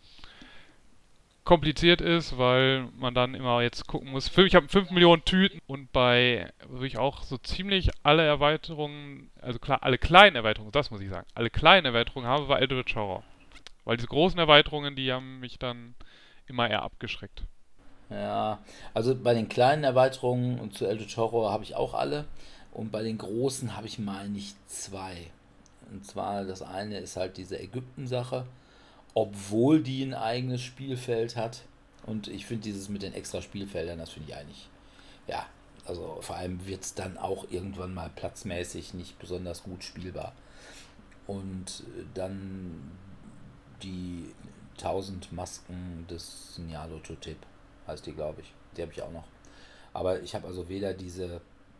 kompliziert ist, weil man dann immer jetzt gucken muss. Ich habe 5 Millionen Tüten und wo ich auch so ziemlich alle Erweiterungen, also klar, alle kleinen Erweiterungen, das muss ich sagen, alle kleinen Erweiterungen habe, war Eldritch Horror. Weil diese großen Erweiterungen, die haben mich dann immer eher abgeschreckt. Ja, also bei den kleinen Erweiterungen und zu Eldritch Horror habe ich auch alle. Und bei den großen habe ich mal nicht zwei. Und zwar das eine ist halt diese Ägypten-Sache, obwohl die ein eigenes Spielfeld hat. Und ich finde dieses mit den extra Spielfeldern, das finde ich eigentlich, ja, also vor allem wird es dann auch irgendwann mal platzmäßig nicht besonders gut spielbar. Und dann die 1000 Masken des Nyarlathotep, heißt die, glaube ich. Die habe ich auch noch. Aber ich habe also weder diese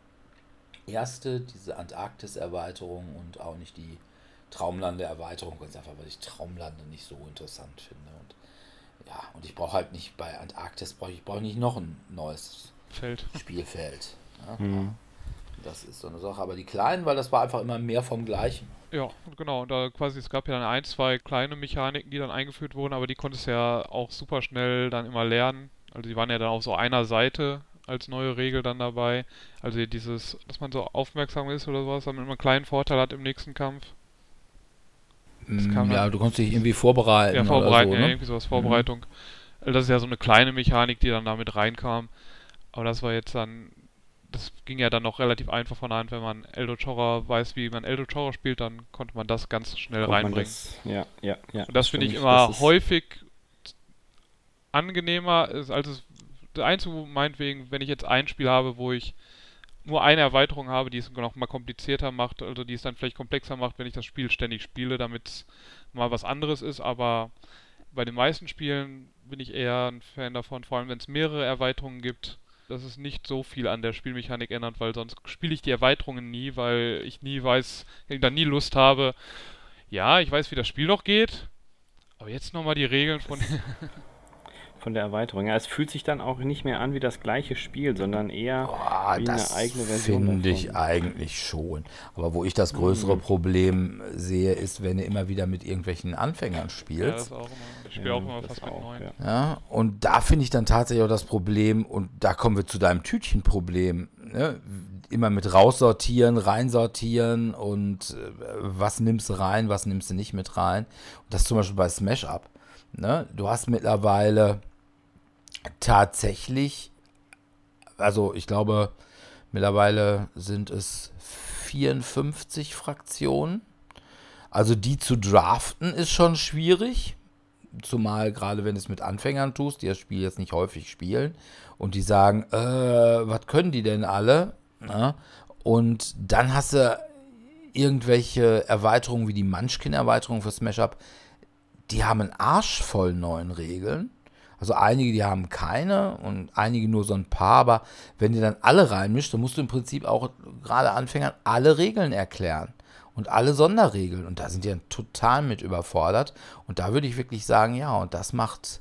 diese Antarktis-Erweiterung und auch nicht die Traumlande-Erweiterung, ganz einfach, weil ich Traumlande nicht so interessant finde. Und ja, und ich brauche halt nicht bei Antarktis, ich brauche nicht noch ein neues Feld. Spielfeld. Ja, Hm. das ist so eine Sache. Aber die kleinen, weil das war einfach immer mehr vom Gleichen. Ja, genau. Und da quasi, es gab ja dann ein, zwei kleine Mechaniken, die dann eingeführt wurden, aber die konntest du ja auch super schnell dann immer lernen. Also die waren ja dann auf so einer Seite als neue Regel dann dabei. Also hier dieses, dass man so aufmerksam ist oder sowas, damit man einen kleinen Vorteil hat im nächsten Kampf. Das kam Ja, dann, du konntest dich irgendwie vorbereiten ja, vorbereiten, oder so, ja, ne? irgendwie sowas, Vorbereitung. Also das ist ja so eine kleine Mechanik, die dann damit reinkam. Aber das war jetzt dann, das ging ja dann noch relativ einfach von der Hand, wenn man Eldritch Horror weiß, wie man Eldritch Horror spielt, dann konnte man das ganz schnell Kommt man reinbringen. ja. Und das finde ich stimmt. immer Das ist- häufig angenehmer, als das Einzige, meinetwegen, wenn ich jetzt ein Spiel habe, wo ich nur eine Erweiterung habe, die es noch mal komplizierter macht, also die es dann vielleicht komplexer macht, wenn ich das Spiel ständig spiele, damit es mal was anderes ist, aber bei den meisten Spielen bin ich eher ein Fan davon, vor allem wenn es mehrere Erweiterungen gibt, dass es nicht so viel an der Spielmechanik ändert, weil sonst spiele ich die Erweiterungen nie, weil ich nie weiß, ich dann nie Lust habe, ja, ich weiß, wie das Spiel noch geht, aber jetzt nochmal die Regeln von... Von der Erweiterung. Ja, es fühlt sich dann auch nicht mehr an wie das gleiche Spiel, sondern eher wie eine Das eigene Version finde ich davon. eigentlich schon. Aber wo ich das größere Problem sehe, ist, wenn du immer wieder mit irgendwelchen Anfängern Ja, das spielst. auch immer. Ich spiele auch immer das fast mit auch, neuen. ja. Ja, und da finde ich dann tatsächlich auch das Problem, und da kommen wir zu deinem Tütchenproblem, ne? Immer mit raussortieren, reinsortieren und was nimmst du rein, was nimmst du nicht mit rein. Und das zum Beispiel bei Smash Up. Ne? Du hast mittlerweile tatsächlich, also ich glaube, mittlerweile sind es 54 Fraktionen. Also die zu draften ist schon schwierig. Zumal gerade wenn du es mit Anfängern tust, die das Spiel jetzt nicht häufig spielen und die sagen, was können die denn alle? Na? Und dann hast du irgendwelche Erweiterungen wie die Munchkin-Erweiterung für Smash Up, die haben einen Arsch voll neuen Regeln. Also einige, die haben keine und einige nur so ein paar, aber wenn du dann alle reinmischst, dann musst du im Prinzip auch gerade Anfängern alle Regeln erklären und alle Sonderregeln und da sind die dann total mit überfordert und da würde ich wirklich sagen, ja, und das macht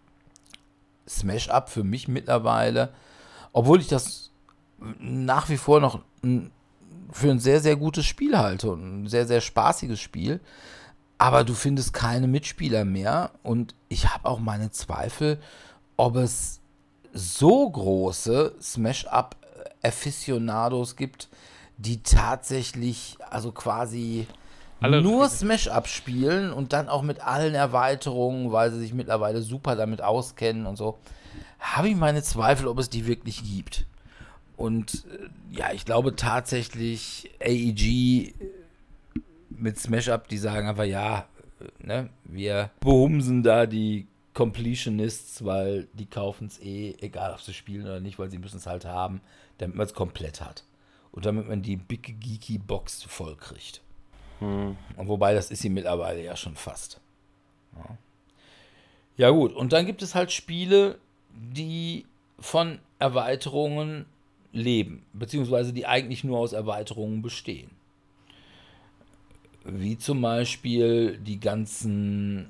Smash Up für mich mittlerweile, obwohl ich das nach wie vor noch für ein sehr, sehr gutes Spiel halte und ein sehr, sehr spaßiges Spiel. Aber du findest keine Mitspieler mehr und ich habe auch meine Zweifel, ob es so große Smash-Up-Aficionados gibt, die tatsächlich, also quasi Alle nur Regeln. Smash-Up spielen und dann auch mit allen Erweiterungen, weil sie sich mittlerweile super damit auskennen und so. Habe ich meine Zweifel, ob es die wirklich gibt. Und ja, ich glaube tatsächlich, AEG mit Smash Up, die sagen einfach, ja, ne, wir behumsen da die Completionists, weil die kaufen es egal ob sie spielen oder nicht, weil sie müssen es halt haben, damit man es komplett hat. Und damit man die Big Geeky Box voll kriegt. Und wobei, das ist sie mittlerweile ja schon fast. Ja gut, und dann gibt es halt Spiele, die von Erweiterungen leben, beziehungsweise die eigentlich nur aus Erweiterungen bestehen. Wie zum Beispiel die ganzen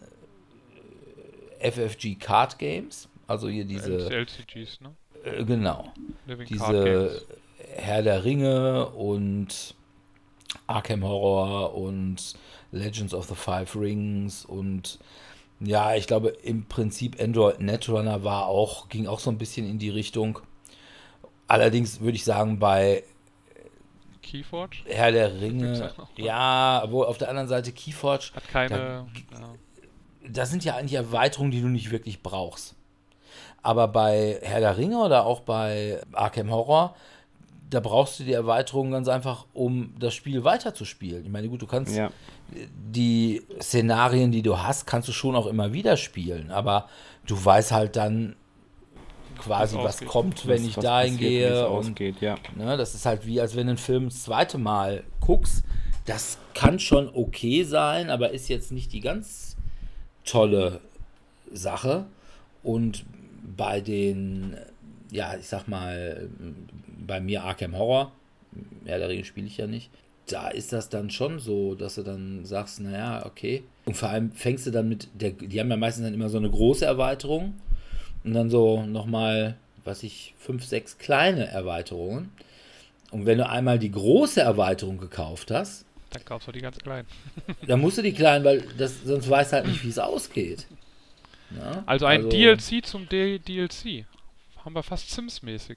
FFG Card Games, also hier diese, LCGs, ne? genau, Living Card diese Games. Herr der Ringe und Arkham Horror und Legends of the Five Rings und ja, ich glaube im Prinzip Android Netrunner ging auch so ein bisschen in die Richtung. Allerdings würde ich sagen, bei Keyforge Herr der Gibt's Ringe, auch. ja, aber auf der anderen Seite Keyforge, hat keine. da- Ja. das sind ja eigentlich Erweiterungen, die du nicht wirklich brauchst. Aber bei Herr der Ringe oder auch bei Arkham Horror, da brauchst du die Erweiterung ganz einfach, um das Spiel weiterzuspielen. Ich meine, gut, du kannst Ja. die Szenarien, die du hast, kannst du schon auch immer wieder spielen. Aber du weißt halt dann quasi, was ausgeht. kommt, wenn ich dahin gehe. Und Ausgeht, ja. ne, das ist halt wie, als wenn du einen Film das zweite Mal guckst. Das kann schon okay sein, aber ist jetzt nicht die ganz tolle Sache. Und bei den, ja, ich sag mal, bei mir Arkham Horror, ja, der Ringe spiele ich ja nicht, da ist das dann schon so, dass du dann sagst, naja, okay. Und vor allem fängst du dann mit, die haben ja meistens dann immer so eine große Erweiterung und dann so nochmal, 5, 6 kleine Erweiterungen. Und wenn du einmal die große Erweiterung gekauft hast, Dann kaufst du die ganz kleinen. dann musst du die kleinen, weil sonst weißt du halt nicht, wie es ausgeht. Ja? Also ein DLC zum DLC. Haben wir fast Sims-mäßig.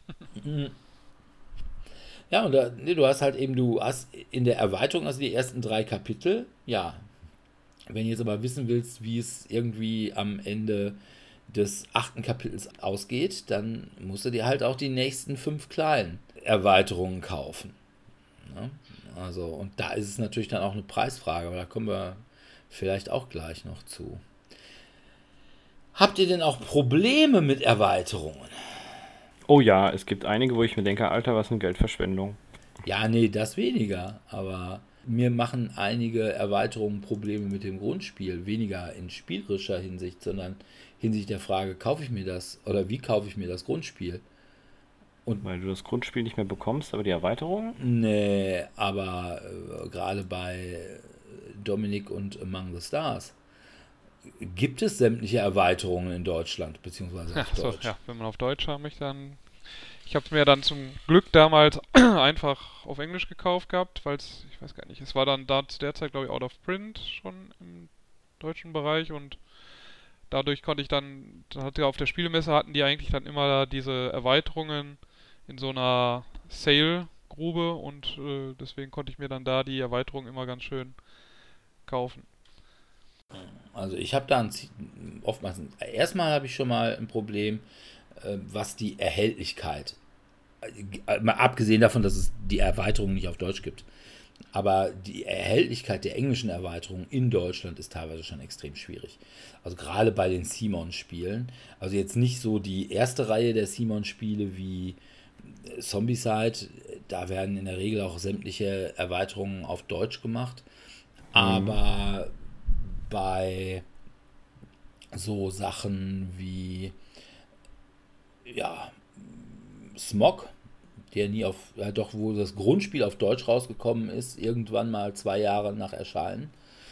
Ja, und du hast halt eben, du hast in der Erweiterung also die ersten 3 Kapitel, ja. Wenn du jetzt aber wissen willst, wie es irgendwie am Ende des 8. Kapitels ausgeht, dann musst du dir halt auch die nächsten 5 kleinen Erweiterungen kaufen. Ne? Also, und da ist es natürlich dann auch eine Preisfrage, aber da kommen wir vielleicht auch gleich noch zu. Habt ihr denn auch Probleme mit Erweiterungen? Oh ja, es gibt einige, wo ich mir denke, Alter, was eine Geldverschwendung. Ja, nee, das weniger. Aber mir machen einige Erweiterungen Probleme mit dem Grundspiel. Weniger in spielerischer Hinsicht, sondern hinsichtlich der Frage, kaufe ich mir das oder wie kaufe ich mir das Grundspiel? Weil du das Grundspiel nicht mehr bekommst, aber die Erweiterung? Nee, aber gerade bei Dominic und Among the Stars gibt es sämtliche Erweiterungen in Deutschland, beziehungsweise auf Achso, Deutsch. ja, wenn man auf Deutsch haben möchte, dann. Ich habe es mir dann zum Glück damals einfach auf Englisch gekauft gehabt, weil es, ich weiß gar nicht, es war dann da zu der Zeit, glaube ich, out of print schon im deutschen Bereich und dadurch konnte ich dann hatte auf der Spielemesse hatten die eigentlich dann immer diese Erweiterungen in so einer Sale-Grube und deswegen konnte ich mir dann da die Erweiterung immer ganz schön kaufen. Also ich habe da oftmals, erstmal habe ich schon mal ein Problem, was die Erhältlichkeit, mal abgesehen davon, dass es die Erweiterung nicht auf Deutsch gibt, aber die Erhältlichkeit der englischen Erweiterung in Deutschland ist teilweise schon extrem schwierig. Also gerade bei den Simon-Spielen, also jetzt nicht so die erste Reihe der Simon-Spiele wie Zombicide, da werden in der Regel auch sämtliche Erweiterungen auf Deutsch gemacht, aber bei so Sachen wie ja, Smog, der nie wo das Grundspiel auf Deutsch rausgekommen ist, irgendwann mal 2 Jahre nach Erscheinen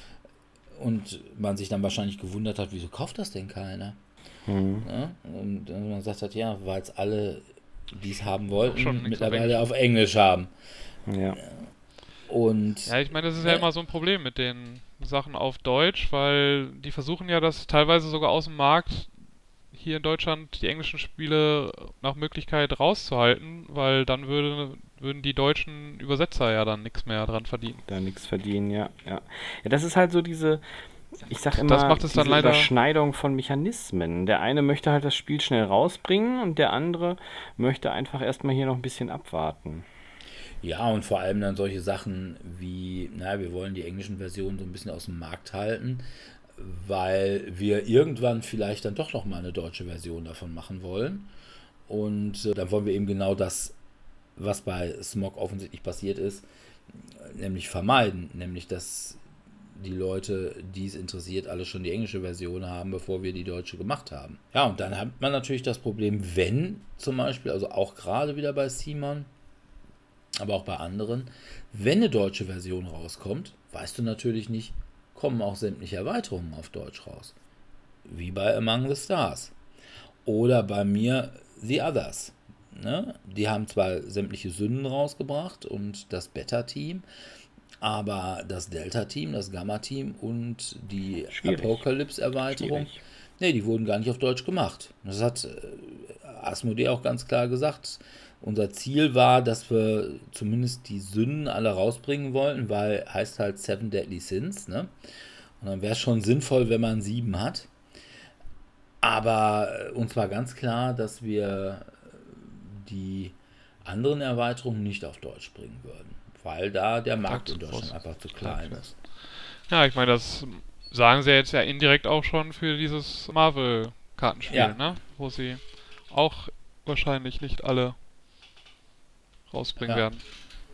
und man sich dann wahrscheinlich gewundert hat, wieso kauft das denn keiner? Ja? Und dann man sagt hat, ja, weil es alle, die es haben wollten, Schon nichts auf mittlerweile auf Englisch haben. Ja. Und Ja, ich meine, das ist ja immer so ein Problem mit den Sachen auf Deutsch, weil die versuchen ja das teilweise sogar aus dem Markt hier in Deutschland die englischen Spiele nach Möglichkeit rauszuhalten, weil dann würden die deutschen Übersetzer ja dann nichts mehr dran verdienen. Da nichts verdienen, ja. Ja, das ist halt so diese, ich sag immer, Das macht es dann diese leider- Überschneidung von Mechanismen. Der eine möchte halt das Spiel schnell rausbringen und der andere möchte einfach erstmal hier noch ein bisschen abwarten. ja, und vor allem dann solche Sachen wie, wir wollen die englischen Versionen so ein bisschen aus dem Markt halten, weil wir irgendwann vielleicht dann doch noch mal eine deutsche Version davon machen wollen. Und dann wollen wir eben genau das, was bei Smog offensichtlich passiert ist, nämlich vermeiden. Nämlich, dass die Leute, die es interessiert, alle schon die englische Version haben, bevor wir die deutsche gemacht haben. Ja, und dann hat man natürlich das Problem, wenn zum Beispiel, also auch gerade wieder bei Simon, aber auch bei anderen, wenn eine deutsche Version rauskommt, weißt du natürlich nicht, kommen auch sämtliche Erweiterungen auf Deutsch raus. Wie bei Among the Stars. Oder bei mir The Others. Ne? Die haben zwar sämtliche Sünden rausgebracht und das Beta-Team, aber das Delta-Team, das Gamma-Team und die Schwierig. Apocalypse-Erweiterung, Schwierig. nee, die wurden gar nicht auf Deutsch gemacht. Das hat Asmodee auch ganz klar gesagt. Unser Ziel war, dass wir zumindest die Sünden alle rausbringen wollten, weil heißt halt Seven Deadly Sins, ne? Und dann wäre es schon sinnvoll, wenn man 7 hat. Aber uns war ganz klar, dass wir die anderen Erweiterungen nicht auf Deutsch bringen würden, weil da der Markt in Deutschland einfach zu klein ist. Ja, ich meine, das sagen sie jetzt ja indirekt auch schon für dieses Marvel-Kartenspiel, Ja. ne? Wo sie auch wahrscheinlich nicht alle rausbringen Ja. werden.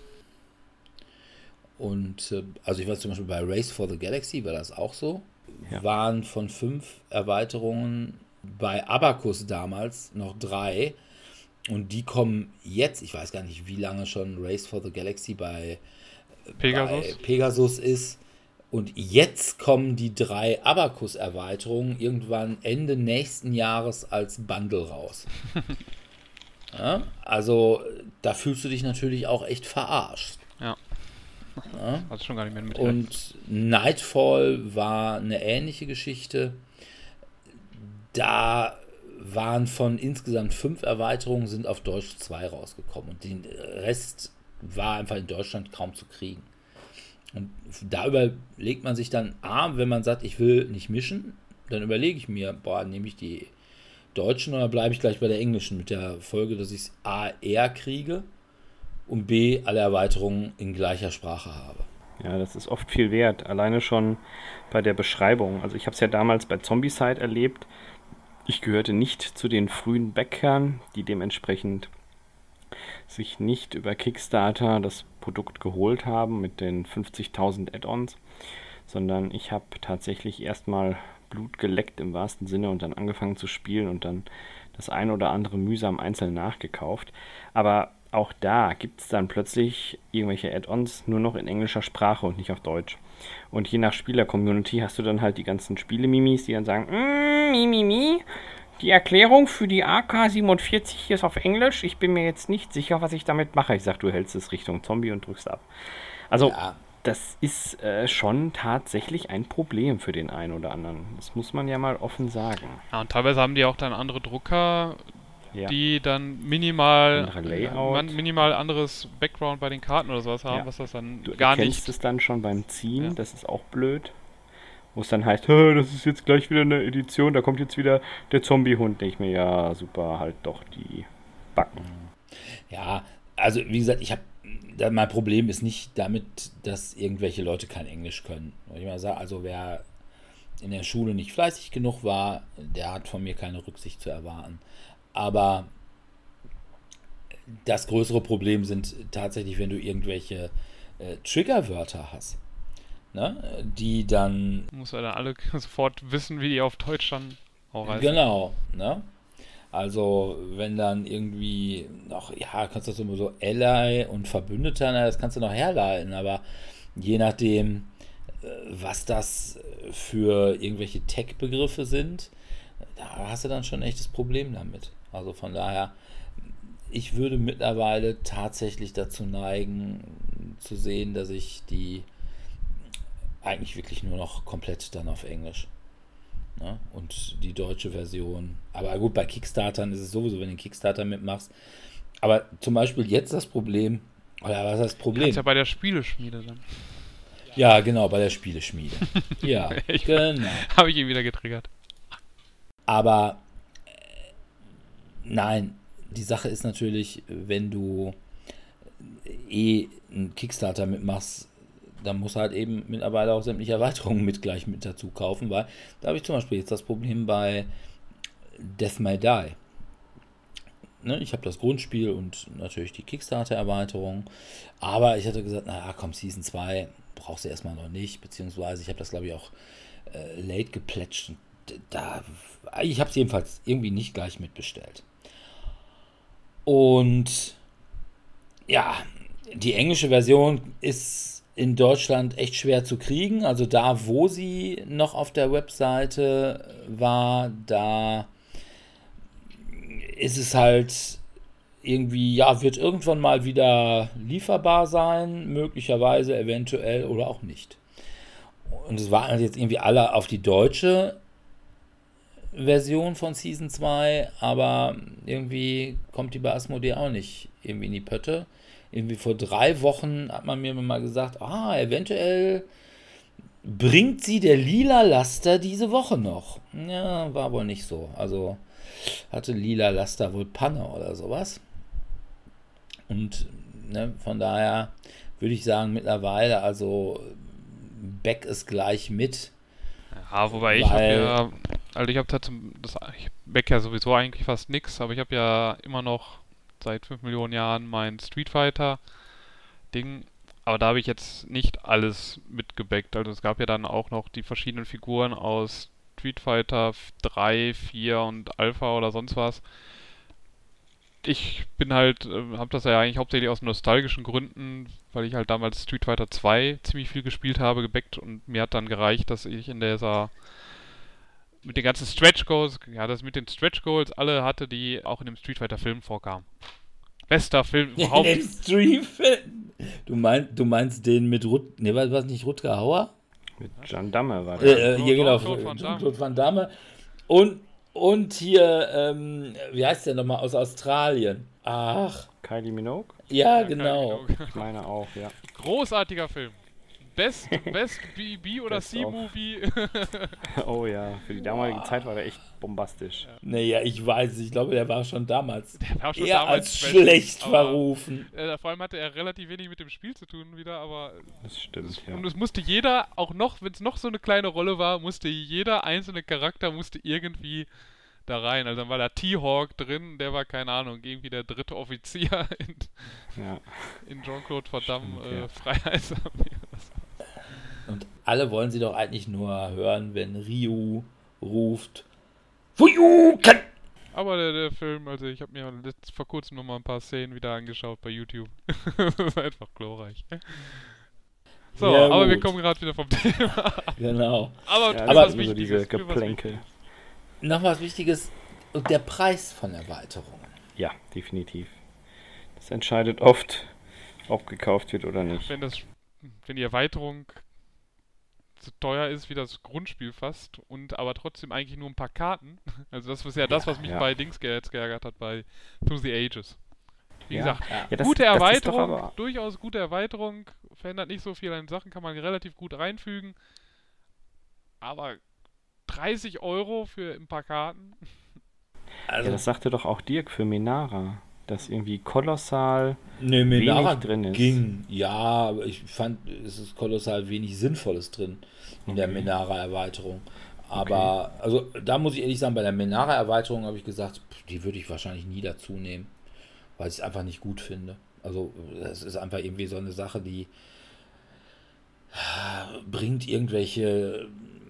Und also ich weiß zum Beispiel bei Race for the Galaxy war das auch so. Ja. Waren von 5 Erweiterungen bei Abacus damals noch 3. Und die kommen jetzt, ich weiß gar nicht, wie lange schon Race for the Galaxy bei Pegasus ist. Und jetzt kommen die 3 Abacus-Erweiterungen irgendwann Ende nächsten Jahres als Bundle raus. Ja, also da fühlst du dich natürlich auch echt verarscht. Ja. Ja. Hast schon gar nicht mehr mit. Und Nightfall war eine ähnliche Geschichte. Da waren von insgesamt 5 Erweiterungen, sind auf Deutsch 2 rausgekommen. Und den Rest war einfach in Deutschland kaum zu kriegen. Und da überlegt man sich dann, wenn man sagt, ich will nicht mischen, dann überlege ich mir, nehme ich die deutschen oder bleibe ich gleich bei der englischen, mit der Folge, dass ich es A eher kriege und B alle Erweiterungen in gleicher Sprache habe. Ja, das ist oft viel wert. Alleine schon bei der Beschreibung. Also ich habe es ja damals bei Zombicide erlebt. Ich gehörte nicht zu den frühen Bäckern, die dementsprechend sich nicht über Kickstarter das Produkt geholt haben mit den 50.000 Add-ons, sondern ich habe tatsächlich erstmal Blut geleckt im wahrsten Sinne und dann angefangen zu spielen und dann das ein oder andere mühsam einzeln nachgekauft. Aber auch da gibt es dann plötzlich irgendwelche Add-ons nur noch in englischer Sprache und nicht auf Deutsch. Und je nach Spieler-Community hast du dann halt die ganzen Spiele-Mimis, die dann sagen, die Erklärung für die AK-47 hier ist auf Englisch. Ich bin mir jetzt nicht sicher, was ich damit mache. Ich sag, du hältst es Richtung Zombie und drückst ab. Also, Ja. das ist schon tatsächlich ein Problem für den einen oder anderen. Das muss man ja mal offen sagen. Ja, und teilweise haben die auch dann andere Drucker, Ja. die dann minimal Andere Layout. minimal anderes Background bei den Karten oder sowas haben, Ja. was das dann Du gar erkennst nicht. es dann schon beim Ziehen, Ja. das ist auch blöd. Wo es dann heißt, das ist jetzt gleich wieder eine Edition, da kommt jetzt wieder der Zombie-Hund. Denke ich mir, ja, super, halt doch die Backen. Ja, also wie gesagt, mein Problem ist nicht damit, dass irgendwelche Leute kein Englisch können. Ich mal sage, also wer in der Schule nicht fleißig genug war, der hat von mir keine Rücksicht zu erwarten. Aber das größere Problem sind tatsächlich, wenn du irgendwelche Triggerwörter hast, ne, die dann Muss ja dann alle sofort wissen, wie die auf Deutsch dann auch heißen. Genau, ne? Also, wenn dann irgendwie noch, kannst du das immer so Ally und Verbündeter, das kannst du noch herleiten, aber je nachdem, was das für irgendwelche Tech-Begriffe sind, da hast du dann schon ein echtes Problem damit. Also von daher, ich würde mittlerweile tatsächlich dazu neigen, zu sehen, dass ich die eigentlich wirklich nur noch komplett dann auf Englisch. Ne? Und die deutsche Version. Aber gut, bei Kickstartern ist es sowieso, wenn du einen Kickstarter mitmachst. Aber zum Beispiel jetzt das Problem, oder was ist das Problem? Kannst ja bei der Spieleschmiede dann. Ja, genau, bei der Spieleschmiede. Ja, Ich- genau. Habe ich ihn wieder getriggert. Aber nein, die Sache ist natürlich, wenn du einen Kickstarter mitmachst, dann musst du halt eben mittlerweile auch sämtliche Erweiterungen gleich mit dazu kaufen, weil da habe ich zum Beispiel jetzt das Problem bei Death May Die. Ne, ich habe das Grundspiel und natürlich die Kickstarter-Erweiterung, aber ich hatte gesagt, naja, komm, Season 2 brauchst du erstmal noch nicht, beziehungsweise ich habe das, glaube ich, auch late geplätscht. Und ich habe es jedenfalls irgendwie nicht gleich mitbestellt. Und ja, die englische Version ist in Deutschland echt schwer zu kriegen. Also da, wo sie noch auf der Webseite war, da ist es halt irgendwie, wird irgendwann mal wieder lieferbar sein, möglicherweise, eventuell oder auch nicht. Und es waren halt jetzt irgendwie alle auf die deutsche Version von Season 2, aber irgendwie kommt die bei Asmodee auch nicht irgendwie in die Pötte. Irgendwie vor 3 Wochen hat man mir mal gesagt, eventuell Bringt sie der lila Laster diese Woche noch? Ja, war wohl nicht so. Also hatte lila Laster wohl Panne oder sowas. Und ne, von daher würde ich sagen, mittlerweile, also Beck ist gleich mit. Ja, wobei ich habe ja, also ich habe ich back ja sowieso eigentlich fast nix, aber ich habe ja immer noch seit 5 Millionen Jahren mein Street Fighter Ding, aber da habe ich jetzt nicht alles mitgebackt. Also es gab ja dann auch noch die verschiedenen Figuren aus Street Fighter 3, 4 und Alpha oder sonst was. Ich bin halt, habe das ja eigentlich hauptsächlich aus nostalgischen Gründen, weil ich halt damals Street Fighter 2 ziemlich viel gespielt habe, gebackt und mir hat dann gereicht, dass ich in dieser mit den ganzen Stretch Goals, ja, das mit den Stretch Goals alle hatte, die auch in dem Street Fighter Film vorkamen. Bester Film überhaupt. In dem Stream-Film? Du meinst den mit war das nicht Rutger Hauer? Mit Van Damme war das. Hier genau, Jean-Claude Jean-Claude Van Damme. Und hier, wie heißt der nochmal aus Australien? Ach, Kylie Minogue? ja, genau. Ich meine auch, ja. Großartiger Film. Best B oder Best of. C-Movie. Oh ja, für die damalige Zeit war der echt bombastisch. Naja, ich weiß es. Ich glaube, der war schon damals Der war schon eher damals als best, schlecht aber, verrufen. Vor allem hatte er relativ wenig mit dem Spiel zu tun wieder, aber Das stimmt, ja. und es musste jeder, auch noch, wenn es noch so eine kleine Rolle war, musste jeder einzelne Charakter musste irgendwie da rein. Also dann war da T-Hawk drin, der war, keine Ahnung, irgendwie der dritte Offizier Ja. in Jean-Claude Van Damme Stimmt, ja. Freiheitsarmee. Und alle wollen sie doch eigentlich nur hören, wenn Ryu ruft Fuyuken! Aber der Film, also ich habe mir vor kurzem noch mal ein paar Szenen wieder angeschaut bei YouTube. Das ist einfach glorreich. So, Ja, aber wir gut. kommen gerade wieder vom Thema. Genau. Aber Ja, mir aber was so Wichtiges. diese mir was Geplänkel. Noch was Wichtiges, und der Preis von Erweiterungen. Ja, definitiv. Das entscheidet oft, ob gekauft wird oder nicht. Wenn die Erweiterung so teuer ist wie das Grundspiel fast und aber trotzdem eigentlich nur ein paar Karten. Also das ist ja das, was mich Ja. bei Dings jetzt geärgert hat, bei Through the Ages. Wie Ja. gesagt, Ja, das- gute das ist doch Erweiterung, aber- durchaus gute Erweiterung, verändert nicht so viel an Sachen, kann man relativ gut reinfügen. Aber 30 Euro für ein paar Karten? Also, Ja, das sagte doch auch Dirk für Minara, dass irgendwie kolossal ne, Minara wenig drin ist. ging. Ja, aber ich fand, es ist kolossal wenig Sinnvolles drin in der Okay. Minara-Erweiterung. Aber, also da muss ich ehrlich sagen, bei der Minara-Erweiterung habe ich gesagt, die würde ich wahrscheinlich nie dazu nehmen, weil ich es einfach nicht gut finde. Also, das ist einfach irgendwie so eine Sache, die bringt irgendwelche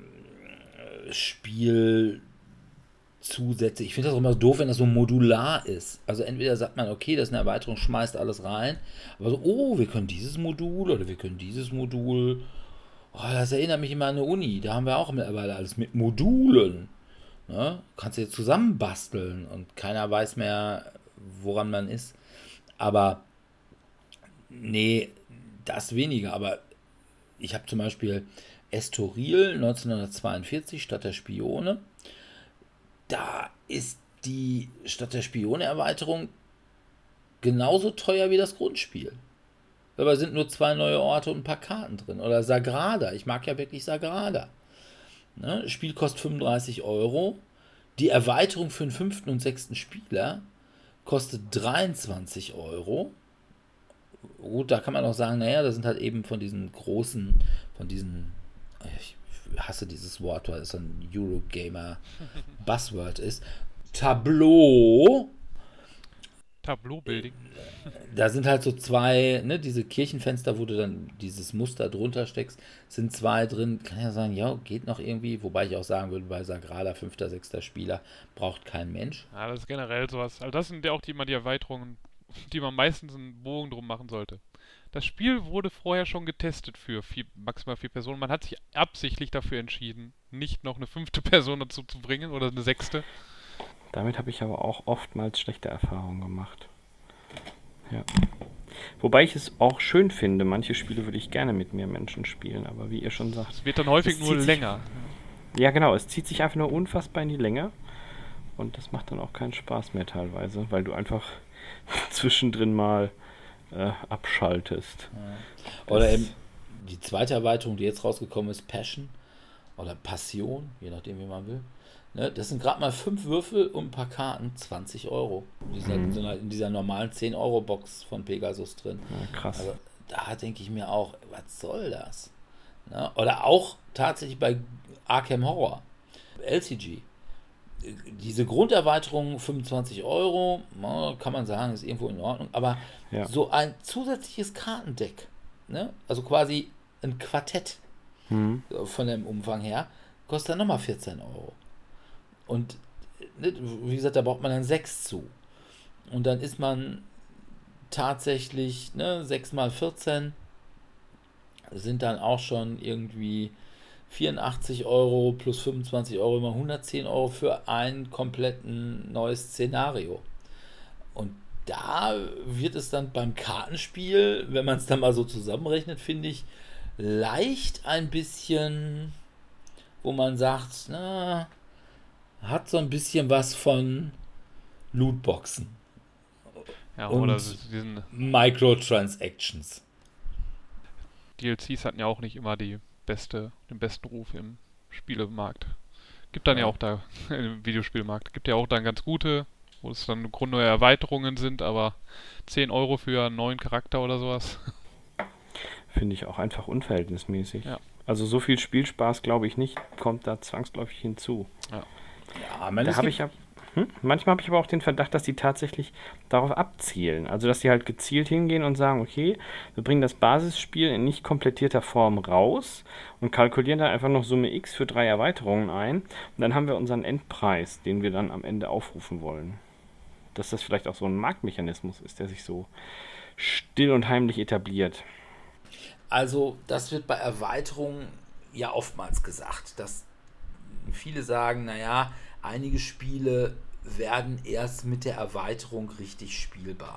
Spielzusätze. Ich finde das auch immer doof, wenn das so modular ist. Also entweder sagt man, okay, das ist eine Erweiterung, schmeißt alles rein, aber so, oh, wir können dieses Modul oder wir können dieses Modul. Oh, das erinnert mich immer an eine Uni. Da haben wir auch mittlerweile alles mit Modulen. Ne? Kannst du jetzt zusammenbasteln und keiner weiß mehr, woran man ist. Aber nee, das weniger. Aber ich habe zum Beispiel Estoril 1942 Stadt der Spione. Da ist die Stadt der Spione-Erweiterung genauso teuer wie das Grundspiel. Dabei sind nur 2 neue Orte und ein paar Karten drin. Oder Sagrada. Ich mag ja wirklich Sagrada. Ne? Spiel kostet 35 Euro. Die Erweiterung für den 5. und 6. Spieler kostet 23 Euro. Gut, da kann man auch sagen, naja, das sind halt eben von diesen großen, ich hasse dieses Wort, weil es so ein Eurogamer-Buzzword ist. Tableau-Building. Da sind halt so 2, ne, diese Kirchenfenster, wo du dann dieses Muster drunter steckst, sind 2 drin. Kann ja sagen, ja, geht noch irgendwie. Wobei ich auch sagen würde, bei Sagrada 5., 6. Spieler braucht kein Mensch. Ja, das ist generell sowas. Also das sind ja auch die Erweiterungen, die man meistens einen Bogen drum machen sollte. Das Spiel wurde vorher schon getestet für maximal 4 Personen. Man hat sich absichtlich dafür entschieden, nicht noch eine 5. Person dazu zu bringen oder eine 6. Damit habe ich aber auch oftmals schlechte Erfahrungen gemacht. Ja. Wobei ich es auch schön finde, manche Spiele würde ich gerne mit mehr Menschen spielen, aber wie ihr schon sagt. Es wird dann häufig Es nur zieht sich- länger. Ja, genau, es zieht sich einfach nur unfassbar in die Länge und das macht dann auch keinen Spaß mehr teilweise, weil du einfach zwischendrin mal abschaltest. Oder Das- eben Die zweite Erweiterung, die jetzt rausgekommen ist, Passion oder Passion, je nachdem, wie man will. Ne, das sind gerade mal 5 Würfel und ein paar Karten, 20 Euro. Die sind halt in dieser normalen 10-Euro-Box von Pegasus drin. Ja, krass. Also da denke ich mir auch, was soll das? Ne? Oder auch tatsächlich bei Arkham Horror, LCG. Diese Grunderweiterung 25 Euro, kann man sagen, ist irgendwo in Ordnung. Aber so ein zusätzliches Kartendeck, ne? Also quasi ein Quartett von dem Umfang her, kostet dann nochmal 14 Euro. Und wie gesagt, da braucht man dann 6 zu. Und dann ist man tatsächlich 6 mal 14 sind dann auch schon irgendwie 84 Euro plus 25 Euro, immer 110 Euro für ein kompletten neues Szenario. Und da wird es dann beim Kartenspiel, wenn man es dann mal so zusammenrechnet, finde ich, leicht ein bisschen, wo man sagt, hat so ein bisschen was von Lootboxen. Ja, und oder diesen Microtransactions. DLCs hatten ja auch nicht immer den besten Ruf im Spielemarkt. Gibt dann ja auch da, im Videospielmarkt, gibt ja auch dann ganz gute, wo es dann im Grunde neue Erweiterungen sind, aber 10 Euro für einen neuen Charakter oder sowas. Finde ich auch einfach unverhältnismäßig. Ja. Also so viel Spielspaß, glaube ich nicht, kommt da zwangsläufig hinzu. Ja. Manchmal habe ich aber auch den Verdacht, dass die tatsächlich darauf abzielen. Also, dass die halt gezielt hingehen und sagen, okay, wir bringen das Basisspiel in nicht komplettierter Form raus und kalkulieren dann einfach noch Summe X für 3 Erweiterungen ein. Und dann haben wir unseren Endpreis, den wir dann am Ende aufrufen wollen. Dass das vielleicht auch so ein Marktmechanismus ist, der sich so still und heimlich etabliert. Also, das wird bei Erweiterungen ja oftmals gesagt, dass viele sagen, naja, einige Spiele werden erst mit der Erweiterung richtig spielbar.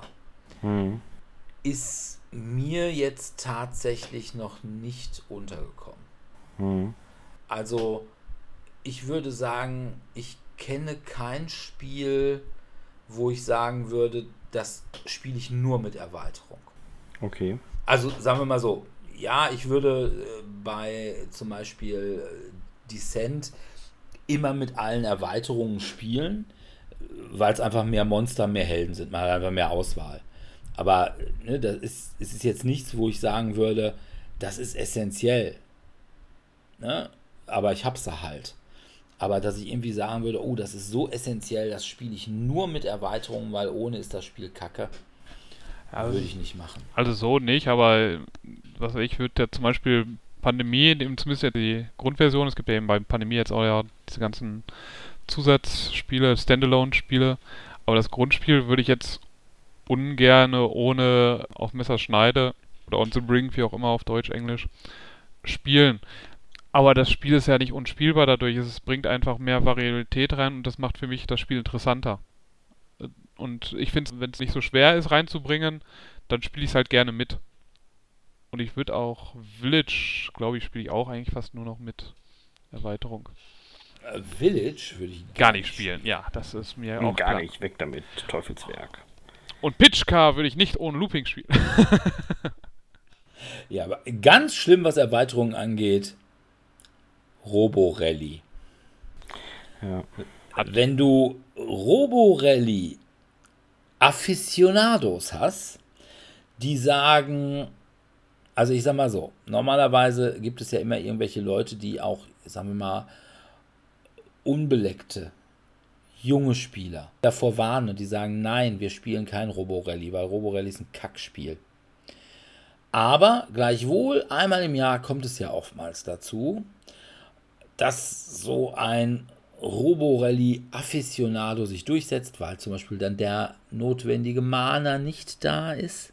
Ist mir jetzt tatsächlich noch nicht untergekommen. Also, ich würde sagen, ich kenne kein Spiel, wo ich sagen würde, das spiele ich nur mit Erweiterung. Okay. Also, sagen wir mal so, ja, ich würde bei zum Beispiel Descent immer mit allen Erweiterungen spielen, weil es einfach mehr Monster, mehr Helden sind, man hat einfach mehr Auswahl. Aber es ist jetzt nichts, wo ich sagen würde, das ist essentiell. Ne? Aber ich hab's da halt. Aber dass ich irgendwie sagen würde, oh, das ist so essentiell, das spiele ich nur mit Erweiterungen, weil ohne ist das Spiel kacke. Würde ich nicht machen. Also so nicht, aber ich würde ja zum Beispiel Pandemie, zumindest ja die Grundversion, es gibt ja eben bei Pandemie jetzt auch ja diese ganzen Zusatzspiele, Standalone-Spiele, aber das Grundspiel würde ich jetzt ungern ohne auf Messerschneide oder on the brink, wie auch immer auf Deutsch, Englisch, spielen. Aber das Spiel ist ja nicht unspielbar dadurch, es bringt einfach mehr Varietät rein und das macht für mich das Spiel interessanter. Und ich finde, wenn es nicht so schwer ist reinzubringen, dann spiele ich es halt gerne mit. Und ich würde auch Village, glaube ich, spiele ich auch eigentlich fast nur noch mit Erweiterung. Village würde ich gar nicht spielen. Ja, das ist mir auch gar klar. nicht, weg damit, Teufelswerk. Und Pitch Car würde ich nicht ohne Looping spielen. Ja, aber ganz schlimm, was Erweiterungen angeht, Roborally. Ja. Wenn du Roborally Aficionados hast, die sagen, also ich sag mal so, normalerweise gibt es ja immer irgendwelche Leute, die auch, sagen wir mal, unbeleckte, junge Spieler davor warnen und die sagen, nein, wir spielen kein Roborally, weil Roborally ist ein Kackspiel. Aber gleichwohl, einmal im Jahr kommt es ja oftmals dazu, dass so ein Roborally-Aficionado sich durchsetzt, weil zum Beispiel dann der notwendige Mana nicht da ist.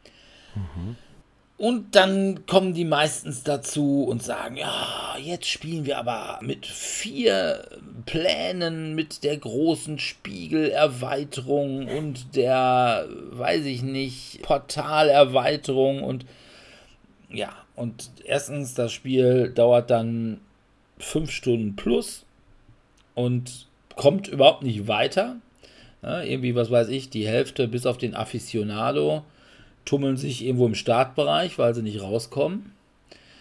Und dann kommen die meistens dazu und sagen, ja, jetzt spielen wir aber mit 4 Plänen, mit der großen Spiegelerweiterung und der, weiß ich nicht, Portalerweiterung und ja, und erstens, das Spiel dauert dann 5 Stunden plus und kommt überhaupt nicht weiter. Ja, irgendwie, was weiß ich, die Hälfte bis auf den Aficionado tummeln sich irgendwo im Startbereich, weil sie nicht rauskommen.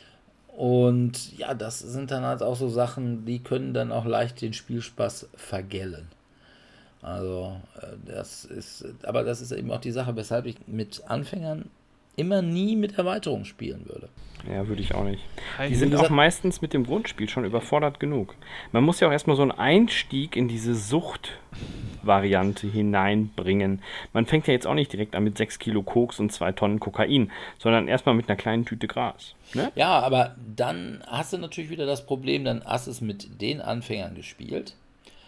Und ja, das sind dann halt auch so Sachen, die können dann auch leicht den Spielspaß vergällen. Also, aber das ist eben auch die Sache, weshalb ich mit Anfängern immer nie mit Erweiterungen spielen würde. Ja, würde ich auch nicht. Hi. Die Wie sind gesagt- auch meistens mit dem Grundspiel schon überfordert genug. Man muss ja auch erstmal so einen Einstieg in diese Suchtvariante hineinbringen. Man fängt ja jetzt auch nicht direkt an mit 6 Kilo Koks und 2 Tonnen Kokain, sondern erstmal mit einer kleinen Tüte Gras. Ne? Ja, aber dann hast du natürlich wieder das Problem, dann hast du es mit den Anfängern gespielt.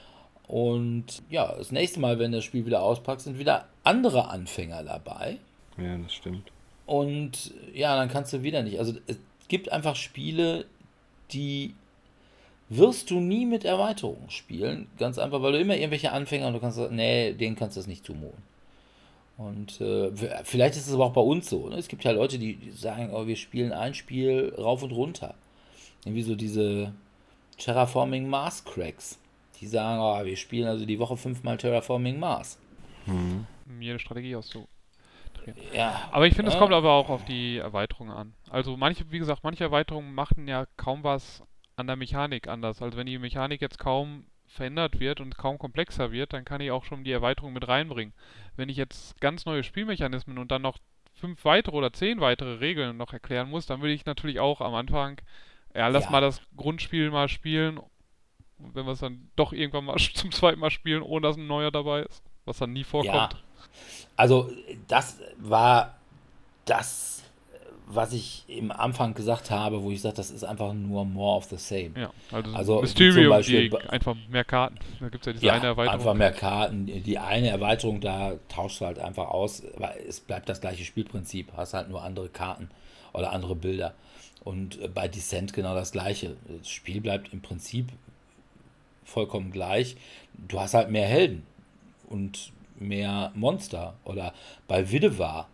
Und ja, das nächste Mal, wenn du das Spiel wieder auspackt, sind wieder andere Anfänger dabei. Ja, das stimmt. Und ja, dann kannst du wieder nicht. Also es gibt einfach Spiele, die wirst du nie mit Erweiterungen spielen. Ganz einfach, weil du immer irgendwelche Anfänger und du kannst sagen, nee, denen kannst du das nicht zumuten. Und vielleicht ist es aber auch bei uns so. Ne? Es gibt ja Leute, die sagen, oh, wir spielen ein Spiel rauf und runter. Irgendwie so diese Terraforming Mars Cracks. Die sagen, oh, wir spielen also die Woche 5-mal Terraforming Mars. Jede Strategie auszudrehen. Ja, Aber ich finde, es ja. kommt aber auch auf die Erweiterungen an. Also wie gesagt, manche Erweiterungen machen ja kaum was an der Mechanik anders. Also wenn die Mechanik jetzt kaum verändert wird und kaum komplexer wird, dann kann ich auch schon die Erweiterung mit reinbringen. Wenn ich jetzt ganz neue Spielmechanismen und dann noch 5 weitere oder 10 weitere Regeln noch erklären muss, dann würde ich natürlich auch am Anfang, ja, lass Ja. mal das Grundspiel mal spielen. Und wenn wir es dann doch irgendwann mal zum zweiten Mal spielen, ohne dass ein neuer dabei ist, was dann nie Ja, vorkommt. also das war das, was ich im Anfang gesagt habe, wo ich sage, das ist einfach nur more of the same. Ja, also, Also, wie zum Mysterium, Beispiel einfach mehr Karten. Da gibt es ja diese Ja, eine Erweiterung. einfach mehr Karten. Die eine Erweiterung, da tauschst du halt einfach aus, aber es bleibt das gleiche Spielprinzip. Hast halt nur andere Karten oder andere Bilder. Und bei Descent genau das gleiche. Das Spiel bleibt im Prinzip vollkommen gleich. Du hast halt mehr Helden und mehr Monster. Oder bei Widewar,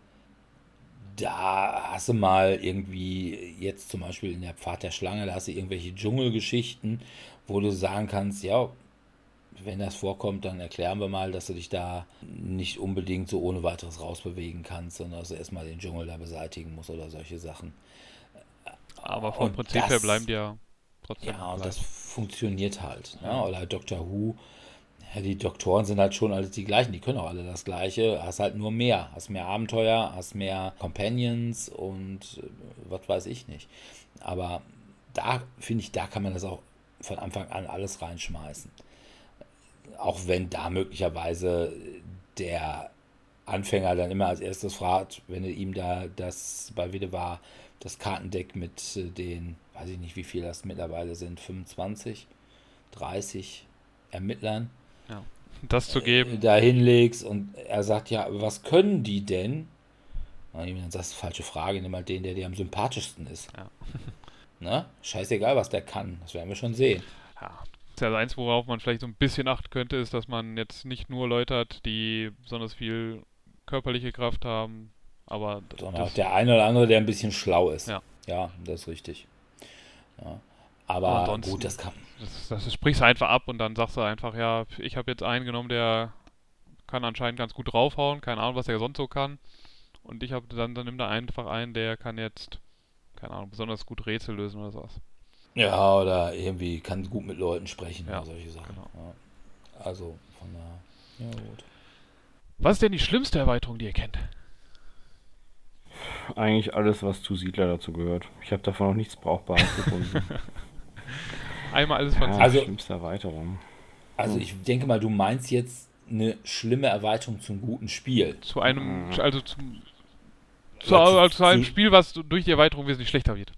da hast du mal irgendwie, jetzt zum Beispiel in der Pfad der Schlange, da hast du irgendwelche Dschungelgeschichten, wo du sagen kannst, ja, wenn das vorkommt, dann erklären wir mal, dass du dich da nicht unbedingt so ohne weiteres rausbewegen kannst, sondern dass du erstmal den Dschungel da beseitigen musst oder solche Sachen. Aber vom Und Prinzip her das- bleiben die ja trotzdem Ja, und gleich. das funktioniert halt. Ne? Oder Doctor Who, ja, die Doktoren sind halt schon alle die gleichen, die können auch alle das Gleiche, hast halt nur mehr. Hast mehr Abenteuer, hast mehr Companions und was weiß ich nicht. Aber da finde ich, da kann man das auch von Anfang an alles reinschmeißen. Auch wenn da möglicherweise der Anfänger dann immer als erstes fragt, wenn du ihm da das bei Widewar das Kartendeck mit den, weiß ich nicht, wie viel das mittlerweile sind, 25, 30 Ermittlern Ja. Das zu geben, da hinlegst und er sagt, ja, was können die denn? Und ihm dann sagst du, falsche Frage, nimm mal den, der dir am sympathischsten ist. Ja. Ne? Scheißegal, was der kann, das werden wir schon sehen. ja. Das ist ja das Eins, worauf man vielleicht so ein bisschen achten könnte, ist, dass man jetzt nicht nur Leute hat, die besonders viel körperliche Kraft haben, aber Sondern auch der eine oder andere, der ein bisschen schlau ist. Ja. Ja, das ist richtig. Ja. Aber Aber ansonsten- gut, das kann. das sprichst du einfach ab und dann sagst du einfach, ja, ich habe jetzt einen genommen, der kann anscheinend ganz gut draufhauen, keine Ahnung, was er sonst so kann. Und ich habe dann nimm da einfach einen, der kann jetzt, keine Ahnung, besonders gut Rätsel lösen oder sowas. Ja, oder irgendwie kann gut mit Leuten sprechen Ja, oder solche Sachen. genau. Ja. Also von daher. Ja, gut. Was ist denn die schlimmste Erweiterung, die ihr kennt? Eigentlich alles, was zu Siedler dazu gehört. Ich habe davon noch nichts Brauchbares gefunden. Einmal alles von Ja, Also- schlimmste Erweiterung. Also ich denke mal, du meinst jetzt eine schlimme Erweiterung zum guten Spiel. zu einem, also zum, Oder zu einem zu- Spiel, was durch die Erweiterung wesentlich schlechter wird.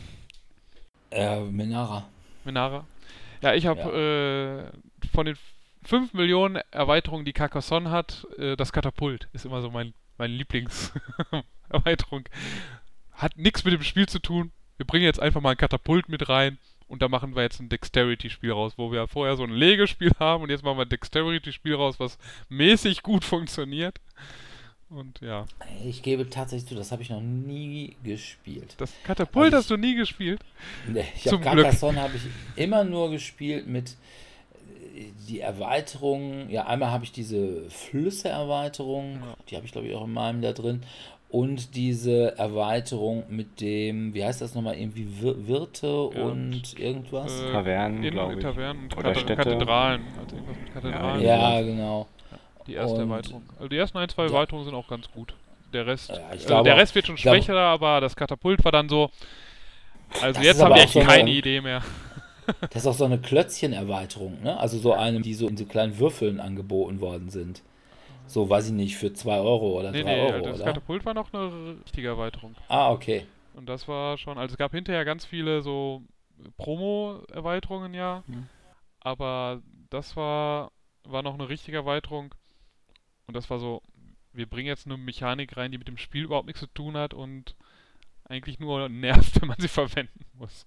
Minara. Minara? Ja, ich habe von den 5 Millionen Erweiterungen, die Carcassonne hat, das Katapult ist immer so mein Lieblingserweiterung. Hat nichts mit dem Spiel zu tun. Wir bringen jetzt einfach mal ein Katapult mit rein und da machen wir jetzt ein Dexterity-Spiel raus, wo wir vorher so ein Legespiel haben und jetzt machen wir ein Dexterity-Spiel raus, was mäßig gut funktioniert. Und ja, Ich gebe tatsächlich zu, das habe ich noch nie gespielt. das Katapult Also hast du nie gespielt. Nee, ich Zum habe Glück. Carcassonne habe ich immer nur gespielt mit die Erweiterung. Ja, einmal habe ich diese Flüsse-Erweiterung, Ja. die habe ich glaube ich auch in meinem da drin. und diese Erweiterung mit dem, wie heißt das nochmal, irgendwie Wirte und irgendwas? Tavernen, glaube ich. Tavernen und Oder Städte. Kathedralen. Also irgendwas mit Kathedralen. Ja, genau. Die erste Und Erweiterung. Also die ersten 2 Erweiterungen sind auch ganz gut. Der Rest, ich glaube der auch- Rest wird schon schwächer, aber das Katapult war dann so. Also Das jetzt ist haben aber wir auch echt so eine- keine Idee mehr. Das ist auch so eine Klötzchen-Erweiterung, ne? Also so eine, die so in so kleinen Würfeln angeboten worden sind. So, weiß ich nicht, für 2 Euro oder 3 Euro, das oder? Katapult war noch eine richtige Erweiterung. Ah, okay. Und das war schon, also es gab hinterher ganz viele so Promo-Erweiterungen, ja. Aber das war noch eine richtige Erweiterung. Und das war so, wir bringen jetzt eine Mechanik rein, die mit dem Spiel überhaupt nichts zu tun hat und eigentlich nur nervt, wenn man sie verwenden muss.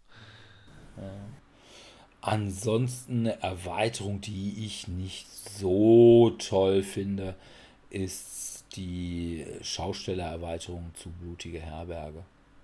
Ansonsten eine Erweiterung, die ich nicht so toll finde, ist die Schaustellererweiterung zu Blutige Herberge.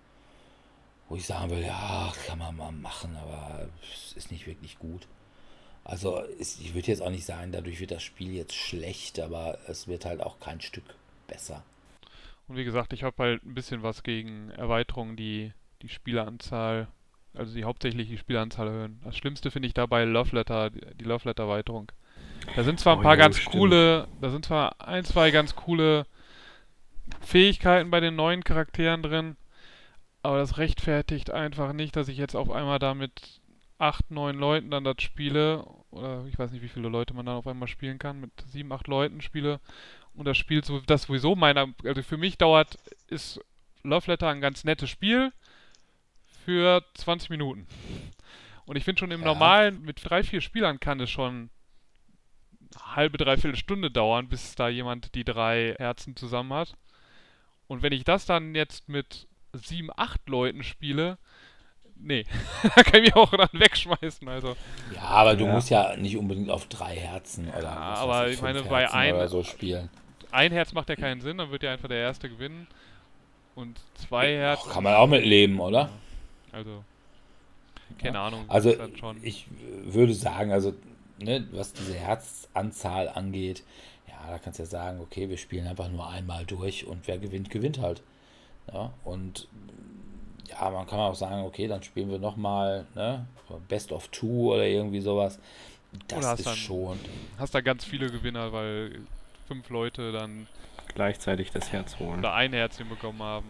Wo ich sagen will, ja, kann man mal machen, aber es ist nicht wirklich gut. Also ich würde jetzt auch nicht sagen, dadurch wird das Spiel jetzt schlecht, aber es wird halt auch kein Stück besser. Und wie gesagt, ich habe halt ein bisschen was gegen Erweiterungen, die Spieleranzahl, also die hauptsächlich die Spieleranzahl erhöhen. Das Schlimmste finde ich dabei Love Letter, die Love Letter Erweiterung. Da sind zwar ein paar ganz coole, da sind zwar 1, 2 ganz coole Fähigkeiten bei den neuen Charakteren drin, aber das rechtfertigt einfach nicht, dass ich jetzt auf einmal da mit 8, 9 Leuten dann das spiele, oder ich weiß nicht, wie viele Leute man dann auf einmal spielen kann, mit 7, 8 Leuten spiele und das Spiel so, das sowieso also für mich ist Love Letter ein ganz nettes Spiel für 20 Minuten. Und ich finde schon im Normalen, mit 3, 4 Spielern kann es schon halbe, dreiviertel Stunde dauern, bis da jemand die 3 Herzen zusammen hat. Und wenn ich das dann jetzt mit 7, 8 Leuten spiele, nee, da kann ich mich auch dann wegschmeißen, also. Ja, aber du musst ja nicht unbedingt auf 3 Herzen oder was aber weiß ich 5 meine, bei Herzen ein- oder so spielen. Ein Herz macht ja keinen Sinn, dann wird ja einfach der Erste gewinnen. Und 2 Herzen, Kann man auch mit leben, oder? also, keine Ahnung. Also ist dann schon, ich würde sagen, also ne, was diese Herzanzahl angeht, ja, da kannst du ja sagen, okay, wir spielen einfach nur einmal durch und wer gewinnt, gewinnt halt. Ja, und ja, man kann auch sagen, okay, dann spielen wir nochmal, ne, Best of Two oder irgendwie sowas. Oder Das hast ist dann- schon. hast da ganz viele Gewinner, weil 5 Leute dann Gleichzeitig das Herz holen. oder ein Herzchen bekommen haben.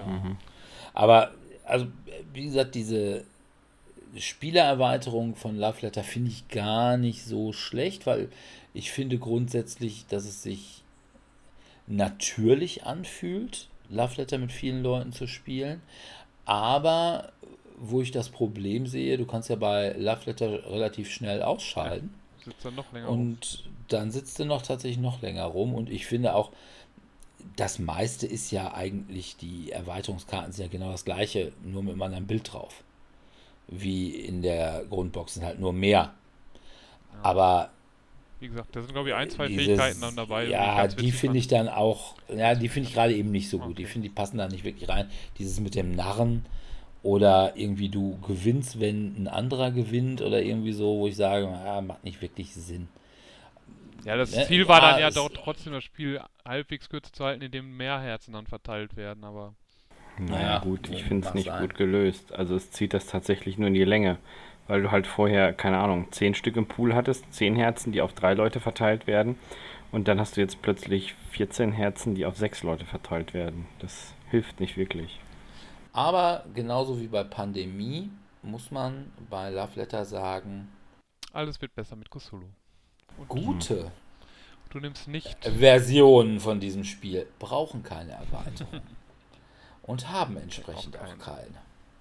Aber, also, wie gesagt, diese Spielererweiterung von Love Letter finde ich gar nicht so schlecht, weil ich finde grundsätzlich, dass es sich natürlich anfühlt, Love Letter mit vielen Leuten zu spielen. Aber wo ich das Problem sehe, du kannst ja bei Love Letter relativ schnell ausschalten. Sitzt dann noch länger rum. Und dann sitzt du noch tatsächlich noch länger rum. Und ich finde auch, das meiste ist ja eigentlich, die Erweiterungskarten sind ja genau das gleiche, nur mit einem anderen Bild drauf. Wie in der Grundbox, sind halt nur mehr. Aber Wie gesagt, da sind glaube ich 1, 2 dieses- Fähigkeiten dann dabei. die ich ja, ganz die witzig finde fand. ich dann auch, ja, die finde ich gerade eben nicht so gut. Die Okay. finde, die passen da nicht wirklich rein. Dieses mit dem Narren oder irgendwie du gewinnst, wenn ein anderer gewinnt oder irgendwie so, wo ich sage, ja, macht nicht wirklich Sinn. Ja, das Ne? Ziel war Ja, dann ja es- doch trotzdem das Spiel halbwegs kürzer zu halten, indem mehr Herzen dann verteilt werden, aber Naja, gut, ich finde es mag nicht sein. gut gelöst. Also es zieht das tatsächlich nur in die Länge. Weil du halt vorher, keine Ahnung, 10 Stück im Pool hattest, 10 Herzen, die auf 3 Leute verteilt werden. Und dann hast du jetzt plötzlich 14 Herzen, die auf 6 Leute verteilt werden. Das hilft nicht wirklich. Aber genauso wie bei Pandemie muss man bei Love Letter sagen, alles wird besser mit Cthulhu. Und gute du nimmst nicht. Versionen von diesem Spiel brauchen keine Erweiterung. Und haben entsprechend Auch auch keine.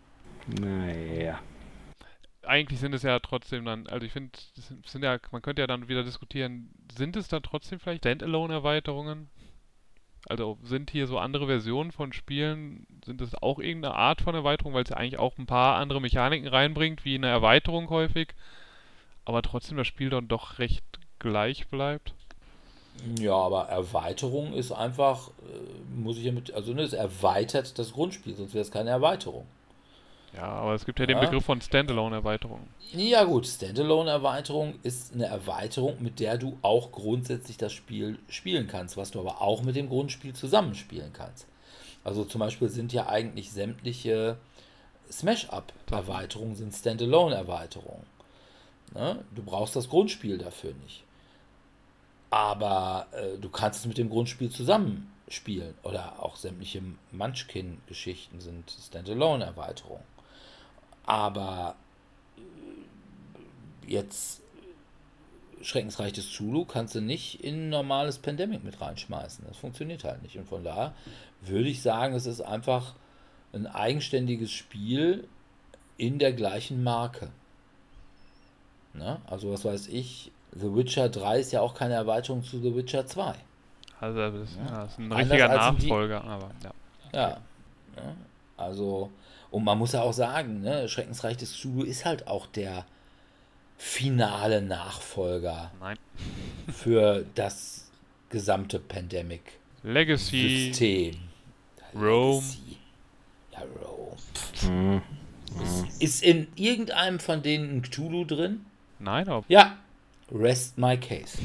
Naja. Eigentlich sind es ja trotzdem dann, also ich finde, sind ja, man könnte ja dann wieder diskutieren, sind es dann trotzdem vielleicht Standalone-Erweiterungen? Also sind hier so andere Versionen von Spielen, sind es auch irgendeine Art von Erweiterung, weil es ja eigentlich auch ein paar andere Mechaniken reinbringt, wie eine Erweiterung häufig, aber trotzdem das Spiel dann doch recht gleich bleibt? Ja, aber Erweiterung ist einfach, muss ich ja mit, also ne, es erweitert das Grundspiel, sonst wäre es keine Erweiterung. Ja, aber es gibt ja den Ja. Begriff von Standalone-Erweiterung. Ja gut, Standalone-Erweiterung ist eine Erweiterung, mit der du auch grundsätzlich das Spiel spielen kannst, was du aber auch mit dem Grundspiel zusammenspielen kannst. Also zum Beispiel sind ja eigentlich sämtliche Smash-Up-Erweiterungen sind Standalone-Erweiterungen. Ne? Du brauchst das Grundspiel dafür nicht. Aber du kannst es mit dem Grundspiel zusammenspielen. Oder auch sämtliche Munchkin-Geschichten sind Standalone-Erweiterungen. Aber jetzt Schreckensreich des Cthulhu kannst du nicht in ein normales Pandemic mit reinschmeißen. Das funktioniert halt nicht. Und von daher würde ich sagen, es ist einfach ein eigenständiges Spiel in der gleichen Marke. Ne? Also was weiß ich, The Witcher 3 ist ja auch keine Erweiterung zu The Witcher 2. Also das ist, Ja. das ist ein Anders richtiger als in die- Nachfolger, aber ja. Ja. Ne? Also, und man muss ja auch sagen, ne, Schreckensreich des Cthulhu ist halt auch der finale Nachfolger Nein. für das gesamte Legacy, Pandemic-System. Rome. Legacy. Ja, Rome. Hm. Ist in irgendeinem von denen ein Cthulhu drin? Nein, aber Ja. Rest my case.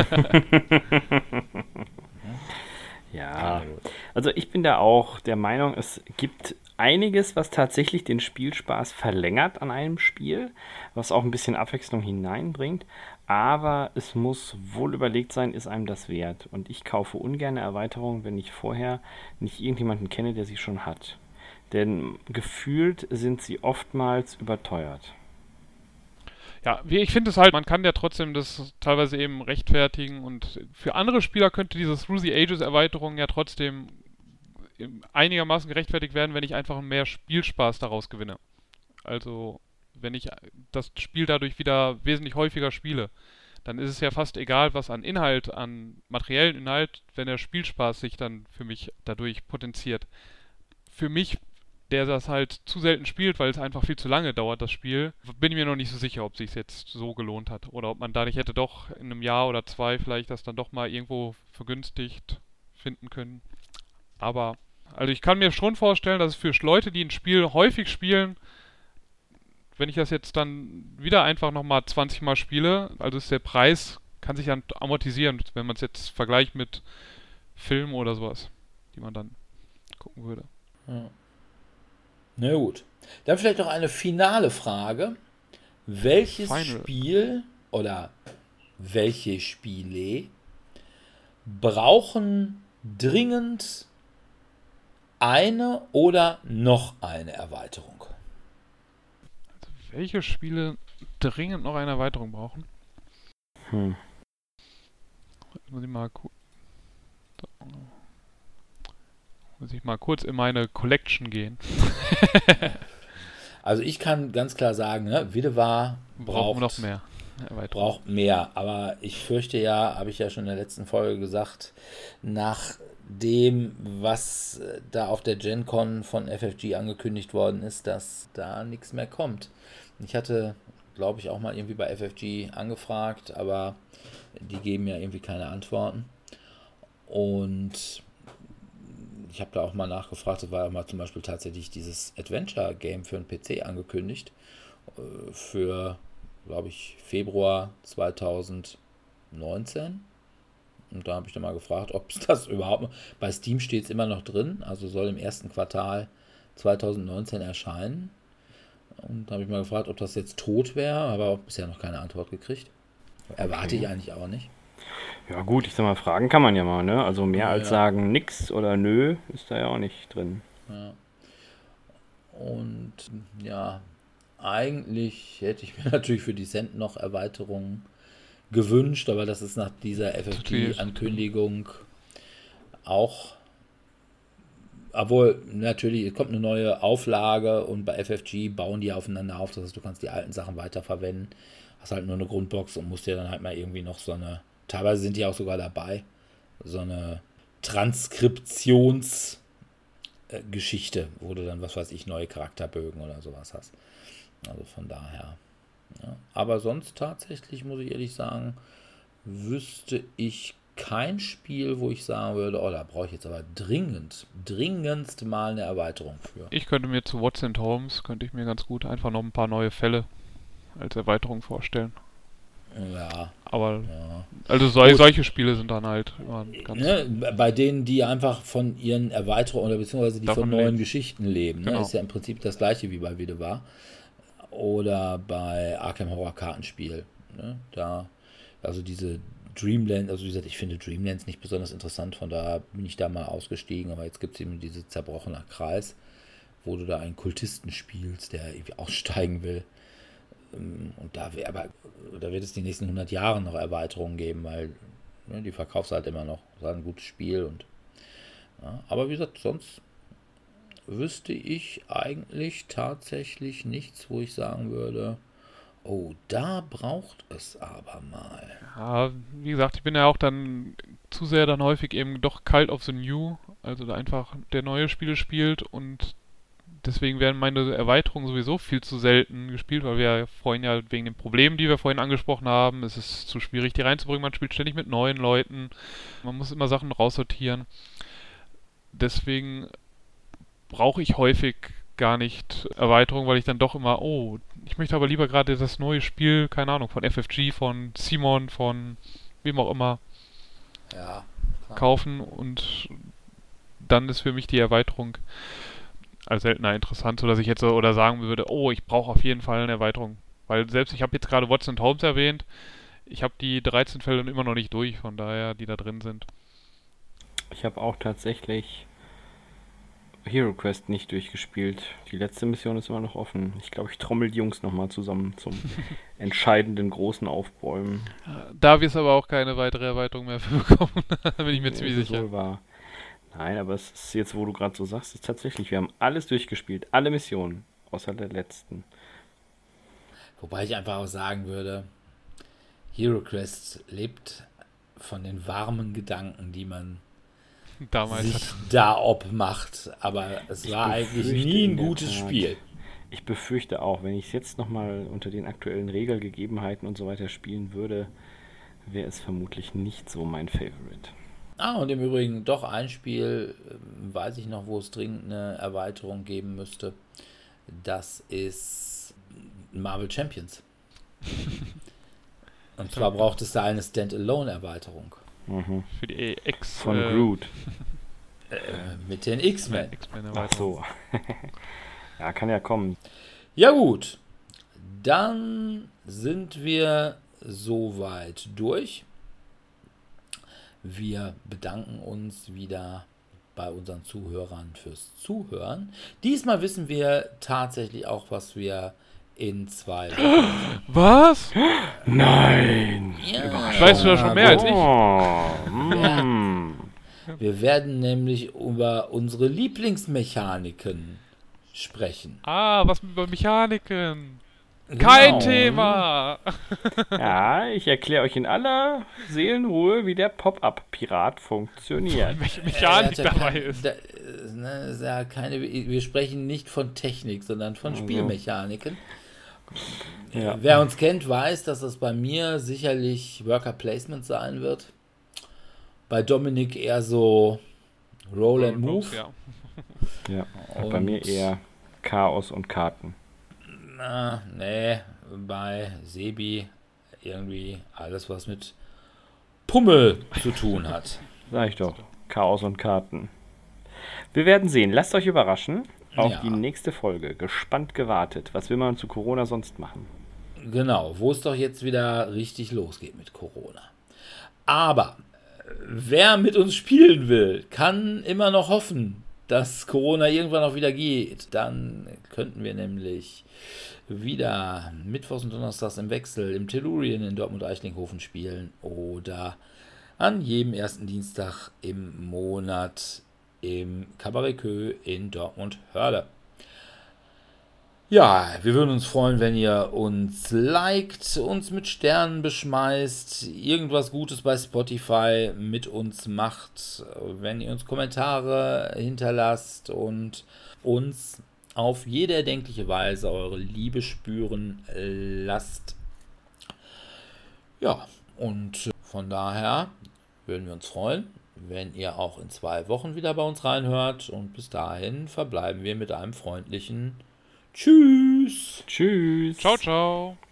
Ja, also ich bin da auch der Meinung, es gibt einiges, was tatsächlich den Spielspaß verlängert an einem Spiel, was auch ein bisschen Abwechslung hineinbringt, aber es muss wohl überlegt sein, ist einem das wert. Und ich kaufe ungern Erweiterungen, wenn ich vorher nicht irgendjemanden kenne, der sie schon hat. Denn gefühlt sind sie oftmals überteuert. ja, ich finde es halt, man kann ja trotzdem das teilweise eben rechtfertigen und für andere Spieler könnte diese Through the Ages Erweiterung ja trotzdem einigermaßen gerechtfertigt werden, wenn ich einfach mehr Spielspaß daraus gewinne. Also, wenn ich das Spiel dadurch wieder wesentlich häufiger spiele, dann ist es ja fast egal, was an Inhalt, an materiellen Inhalt, wenn der Spielspaß sich dann für mich dadurch potenziert. Für mich, der das halt zu selten spielt, weil es einfach viel zu lange dauert, das Spiel, bin ich mir noch nicht so sicher, ob sich jetzt so gelohnt hat. Oder ob man da nicht hätte doch in einem Jahr oder zwei vielleicht das dann doch mal irgendwo vergünstigt finden können. Aber, also ich kann mir schon vorstellen, dass es für Leute, die ein Spiel häufig spielen, wenn ich das jetzt dann wieder einfach nochmal 20 Mal spiele, also ist der Preis, kann sich dann amortisieren, wenn man es jetzt vergleicht mit Filmen oder sowas, die man dann gucken würde. Ja. Na gut. Dann vielleicht noch eine finale Frage. Welches Final. Spiel oder welche Spiele brauchen dringend eine oder noch eine Erweiterung? Welche Spiele dringend noch eine Erweiterung brauchen? Muss ich mal kurz in meine Collection gehen. Also ich kann ganz klar sagen, ne, Widewar Brauchen wir noch mehr Erweiterung. braucht mehr, aber ich fürchte ja, habe ich ja schon in der letzten Folge gesagt, nach dem, was da auf der GenCon von FFG angekündigt worden ist, dass da nichts mehr kommt. Ich hatte, glaube ich, auch mal irgendwie bei FFG angefragt, aber die geben ja irgendwie keine Antworten. Und ich habe da auch mal nachgefragt, es war ja mal zum Beispiel tatsächlich dieses Adventure-Game für einen PC angekündigt, für, glaube ich, Februar 2019. Und da habe ich dann mal gefragt, ob es das überhaupt, bei Steam steht es immer noch drin, also soll im ersten Quartal 2019 erscheinen. Und da habe ich mal gefragt, ob das jetzt tot wäre, aber auch bisher noch keine Antwort gekriegt. Erwarte ich eigentlich auch nicht. Ja gut, ich sag mal, fragen kann man ja mal, ne? Also mehr Ja, als ja. sagen nix oder nö, ist da ja auch nicht drin. Ja. Und ja, eigentlich hätte ich mir natürlich für Descent noch Erweiterungen gewünscht, aber das ist nach dieser FFG-Ankündigung auch, obwohl natürlich, es kommt eine neue Auflage und bei FFG bauen die aufeinander auf, das heißt, du kannst die alten Sachen weiterverwenden, hast halt nur eine Grundbox und musst dir dann halt mal irgendwie noch so eine, teilweise sind die auch sogar dabei, so eine Transkriptionsgeschichte, wo du dann, was weiß ich, neue Charakterbögen oder sowas hast. Also von daher. Ja. Aber sonst tatsächlich, muss ich ehrlich sagen, wüsste ich kein Spiel, wo ich sagen würde, oh, da brauche ich jetzt aber dringendst mal eine Erweiterung für. Ich könnte mir zu What's in Holmes, könnte ich mir ganz gut einfach noch ein paar neue Fälle als Erweiterung vorstellen. Ja. Aber, Ja. also Gut. solche Spiele sind dann halt immer ganz... Ne, bei denen, die einfach von ihren Erweiterungen oder beziehungsweise die Davon von neuen leben. Geschichten leben. Ne? Genau. Ist ja im Prinzip das gleiche wie bei Wide war. Oder bei Arkham Horror Kartenspiel. Ne? Da, also diese Dreamland, also wie gesagt, ich finde Dreamlands nicht besonders interessant, von daher bin ich da mal ausgestiegen, aber jetzt gibt es eben diese zerbrochener Kreis, wo du da einen Kultisten spielst, der irgendwie aussteigen will. Und da wird es die nächsten 100 Jahre noch Erweiterungen geben, weil ne, die verkaufst halt immer noch. Das ist halt ein gutes Spiel. Und, ja, aber wie gesagt, sonst wüsste ich eigentlich tatsächlich nichts, wo ich sagen würde, oh, da braucht es aber mal. Ja, wie gesagt, ich bin ja auch dann zu sehr dann häufig eben doch Cult of the New, also da einfach der neue Spiele spielt und deswegen werden meine Erweiterungen sowieso viel zu selten gespielt, weil wir ja vorhin ja wegen den Problemen, die wir vorhin angesprochen haben, es ist zu schwierig, die reinzubringen. Man spielt ständig mit neuen Leuten, man muss immer Sachen raussortieren. Deswegen brauche ich häufig gar nicht Erweiterung, weil ich dann doch immer, oh, ich möchte aber lieber gerade das neue Spiel, keine Ahnung, von FFG, von Simon, von wem auch immer Ja, kaufen und dann ist für mich die Erweiterung als seltener interessant, sodass ich jetzt so oder sagen würde, oh, ich brauche auf jeden Fall eine Erweiterung. Weil selbst, ich habe jetzt gerade Watson Holmes erwähnt, ich habe die 13 Fälle immer noch nicht durch, von daher, die da drin sind. Ich habe auch tatsächlich Hero Quest nicht durchgespielt. Die letzte Mission ist immer noch offen. Ich glaube, ich trommel die Jungs nochmal zusammen zum entscheidenden großen Aufbäumen. Da wirst du aber auch keine weitere Erweiterung mehr für bekommen, da bin ich mir ziemlich Das ist sicher. wohl wahr. Nein, aber es ist jetzt, wo du gerade so sagst, ist tatsächlich, wir haben alles durchgespielt, alle Missionen, außer der letzten. wobei ich einfach auch sagen würde, Hero Quest lebt von den warmen Gedanken, die man Damals sich hat da obmacht. Aber es Ich war eigentlich befürchte nie ein in der gutes Tat. Spiel. Ich befürchte auch, wenn ich es jetzt nochmal unter den aktuellen Regelgegebenheiten und so weiter spielen würde, wäre es vermutlich nicht so mein Favorite. Ah, und im Übrigen doch ein Spiel, weiß ich noch, wo es dringend eine Erweiterung geben müsste. Das ist Marvel Champions. Und zwar braucht es da eine Standalone-Erweiterung. Mhm. für die X Von Groot. Mit den X-Men. X-Men Ach Erweiterung. so. Ja, kann ja kommen. Ja gut, dann sind wir soweit durch. Wir bedanken uns wieder bei unseren Zuhörern fürs Zuhören. Diesmal wissen wir tatsächlich auch, was wir in 2 Wochen... Was? Nein! Ja, Weißt du da schon mehr als ich? Oh, wir werden nämlich über unsere Lieblingsmechaniken sprechen. Was mit Mechaniken? Genau. Kein Thema! Ja, ich erkläre euch in aller Seelenruhe, wie der Pop-Up-Pirat funktioniert. Welche Mechanik Er hat ja dabei kein- ist. Da, ist ja keine, wir sprechen nicht von Technik, sondern von Also. Spielmechaniken. Ja. Wer uns kennt, weiß, dass das bei mir sicherlich Worker Placement sein wird. Bei Dominik eher so Roll and Move. Ja. Ja, und Und- bei mir eher Chaos und Karten. Nee, bei Sebi irgendwie alles, was mit Pummel zu tun hat. Sag ich doch. Chaos und Karten. Wir werden sehen. Lasst euch überraschen auf Ja. die nächste Folge. Gespannt gewartet. Was will man zu Corona sonst machen? Genau, wo es doch jetzt wieder richtig losgeht mit Corona. Aber wer mit uns spielen will, kann immer noch hoffen, dass Corona irgendwann auch wieder geht. Dann könnten wir nämlich wieder mittwochs und donnerstags im Wechsel im Tellurien in Dortmund-Eichlinghofen spielen oder an jedem ersten Dienstag im Monat im Cabaret Kö in Dortmund-Hörde. Ja, wir würden uns freuen, wenn ihr uns liked, uns mit Sternen beschmeißt, irgendwas Gutes bei Spotify mit uns macht, wenn ihr uns Kommentare hinterlasst und uns auf jede erdenkliche Weise eure Liebe spüren lasst. Ja, und von daher würden wir uns freuen, wenn ihr auch in 2 Wochen wieder bei uns reinhört und bis dahin verbleiben wir mit einem freundlichen Tschüss. Tschüss. Ciao, ciao.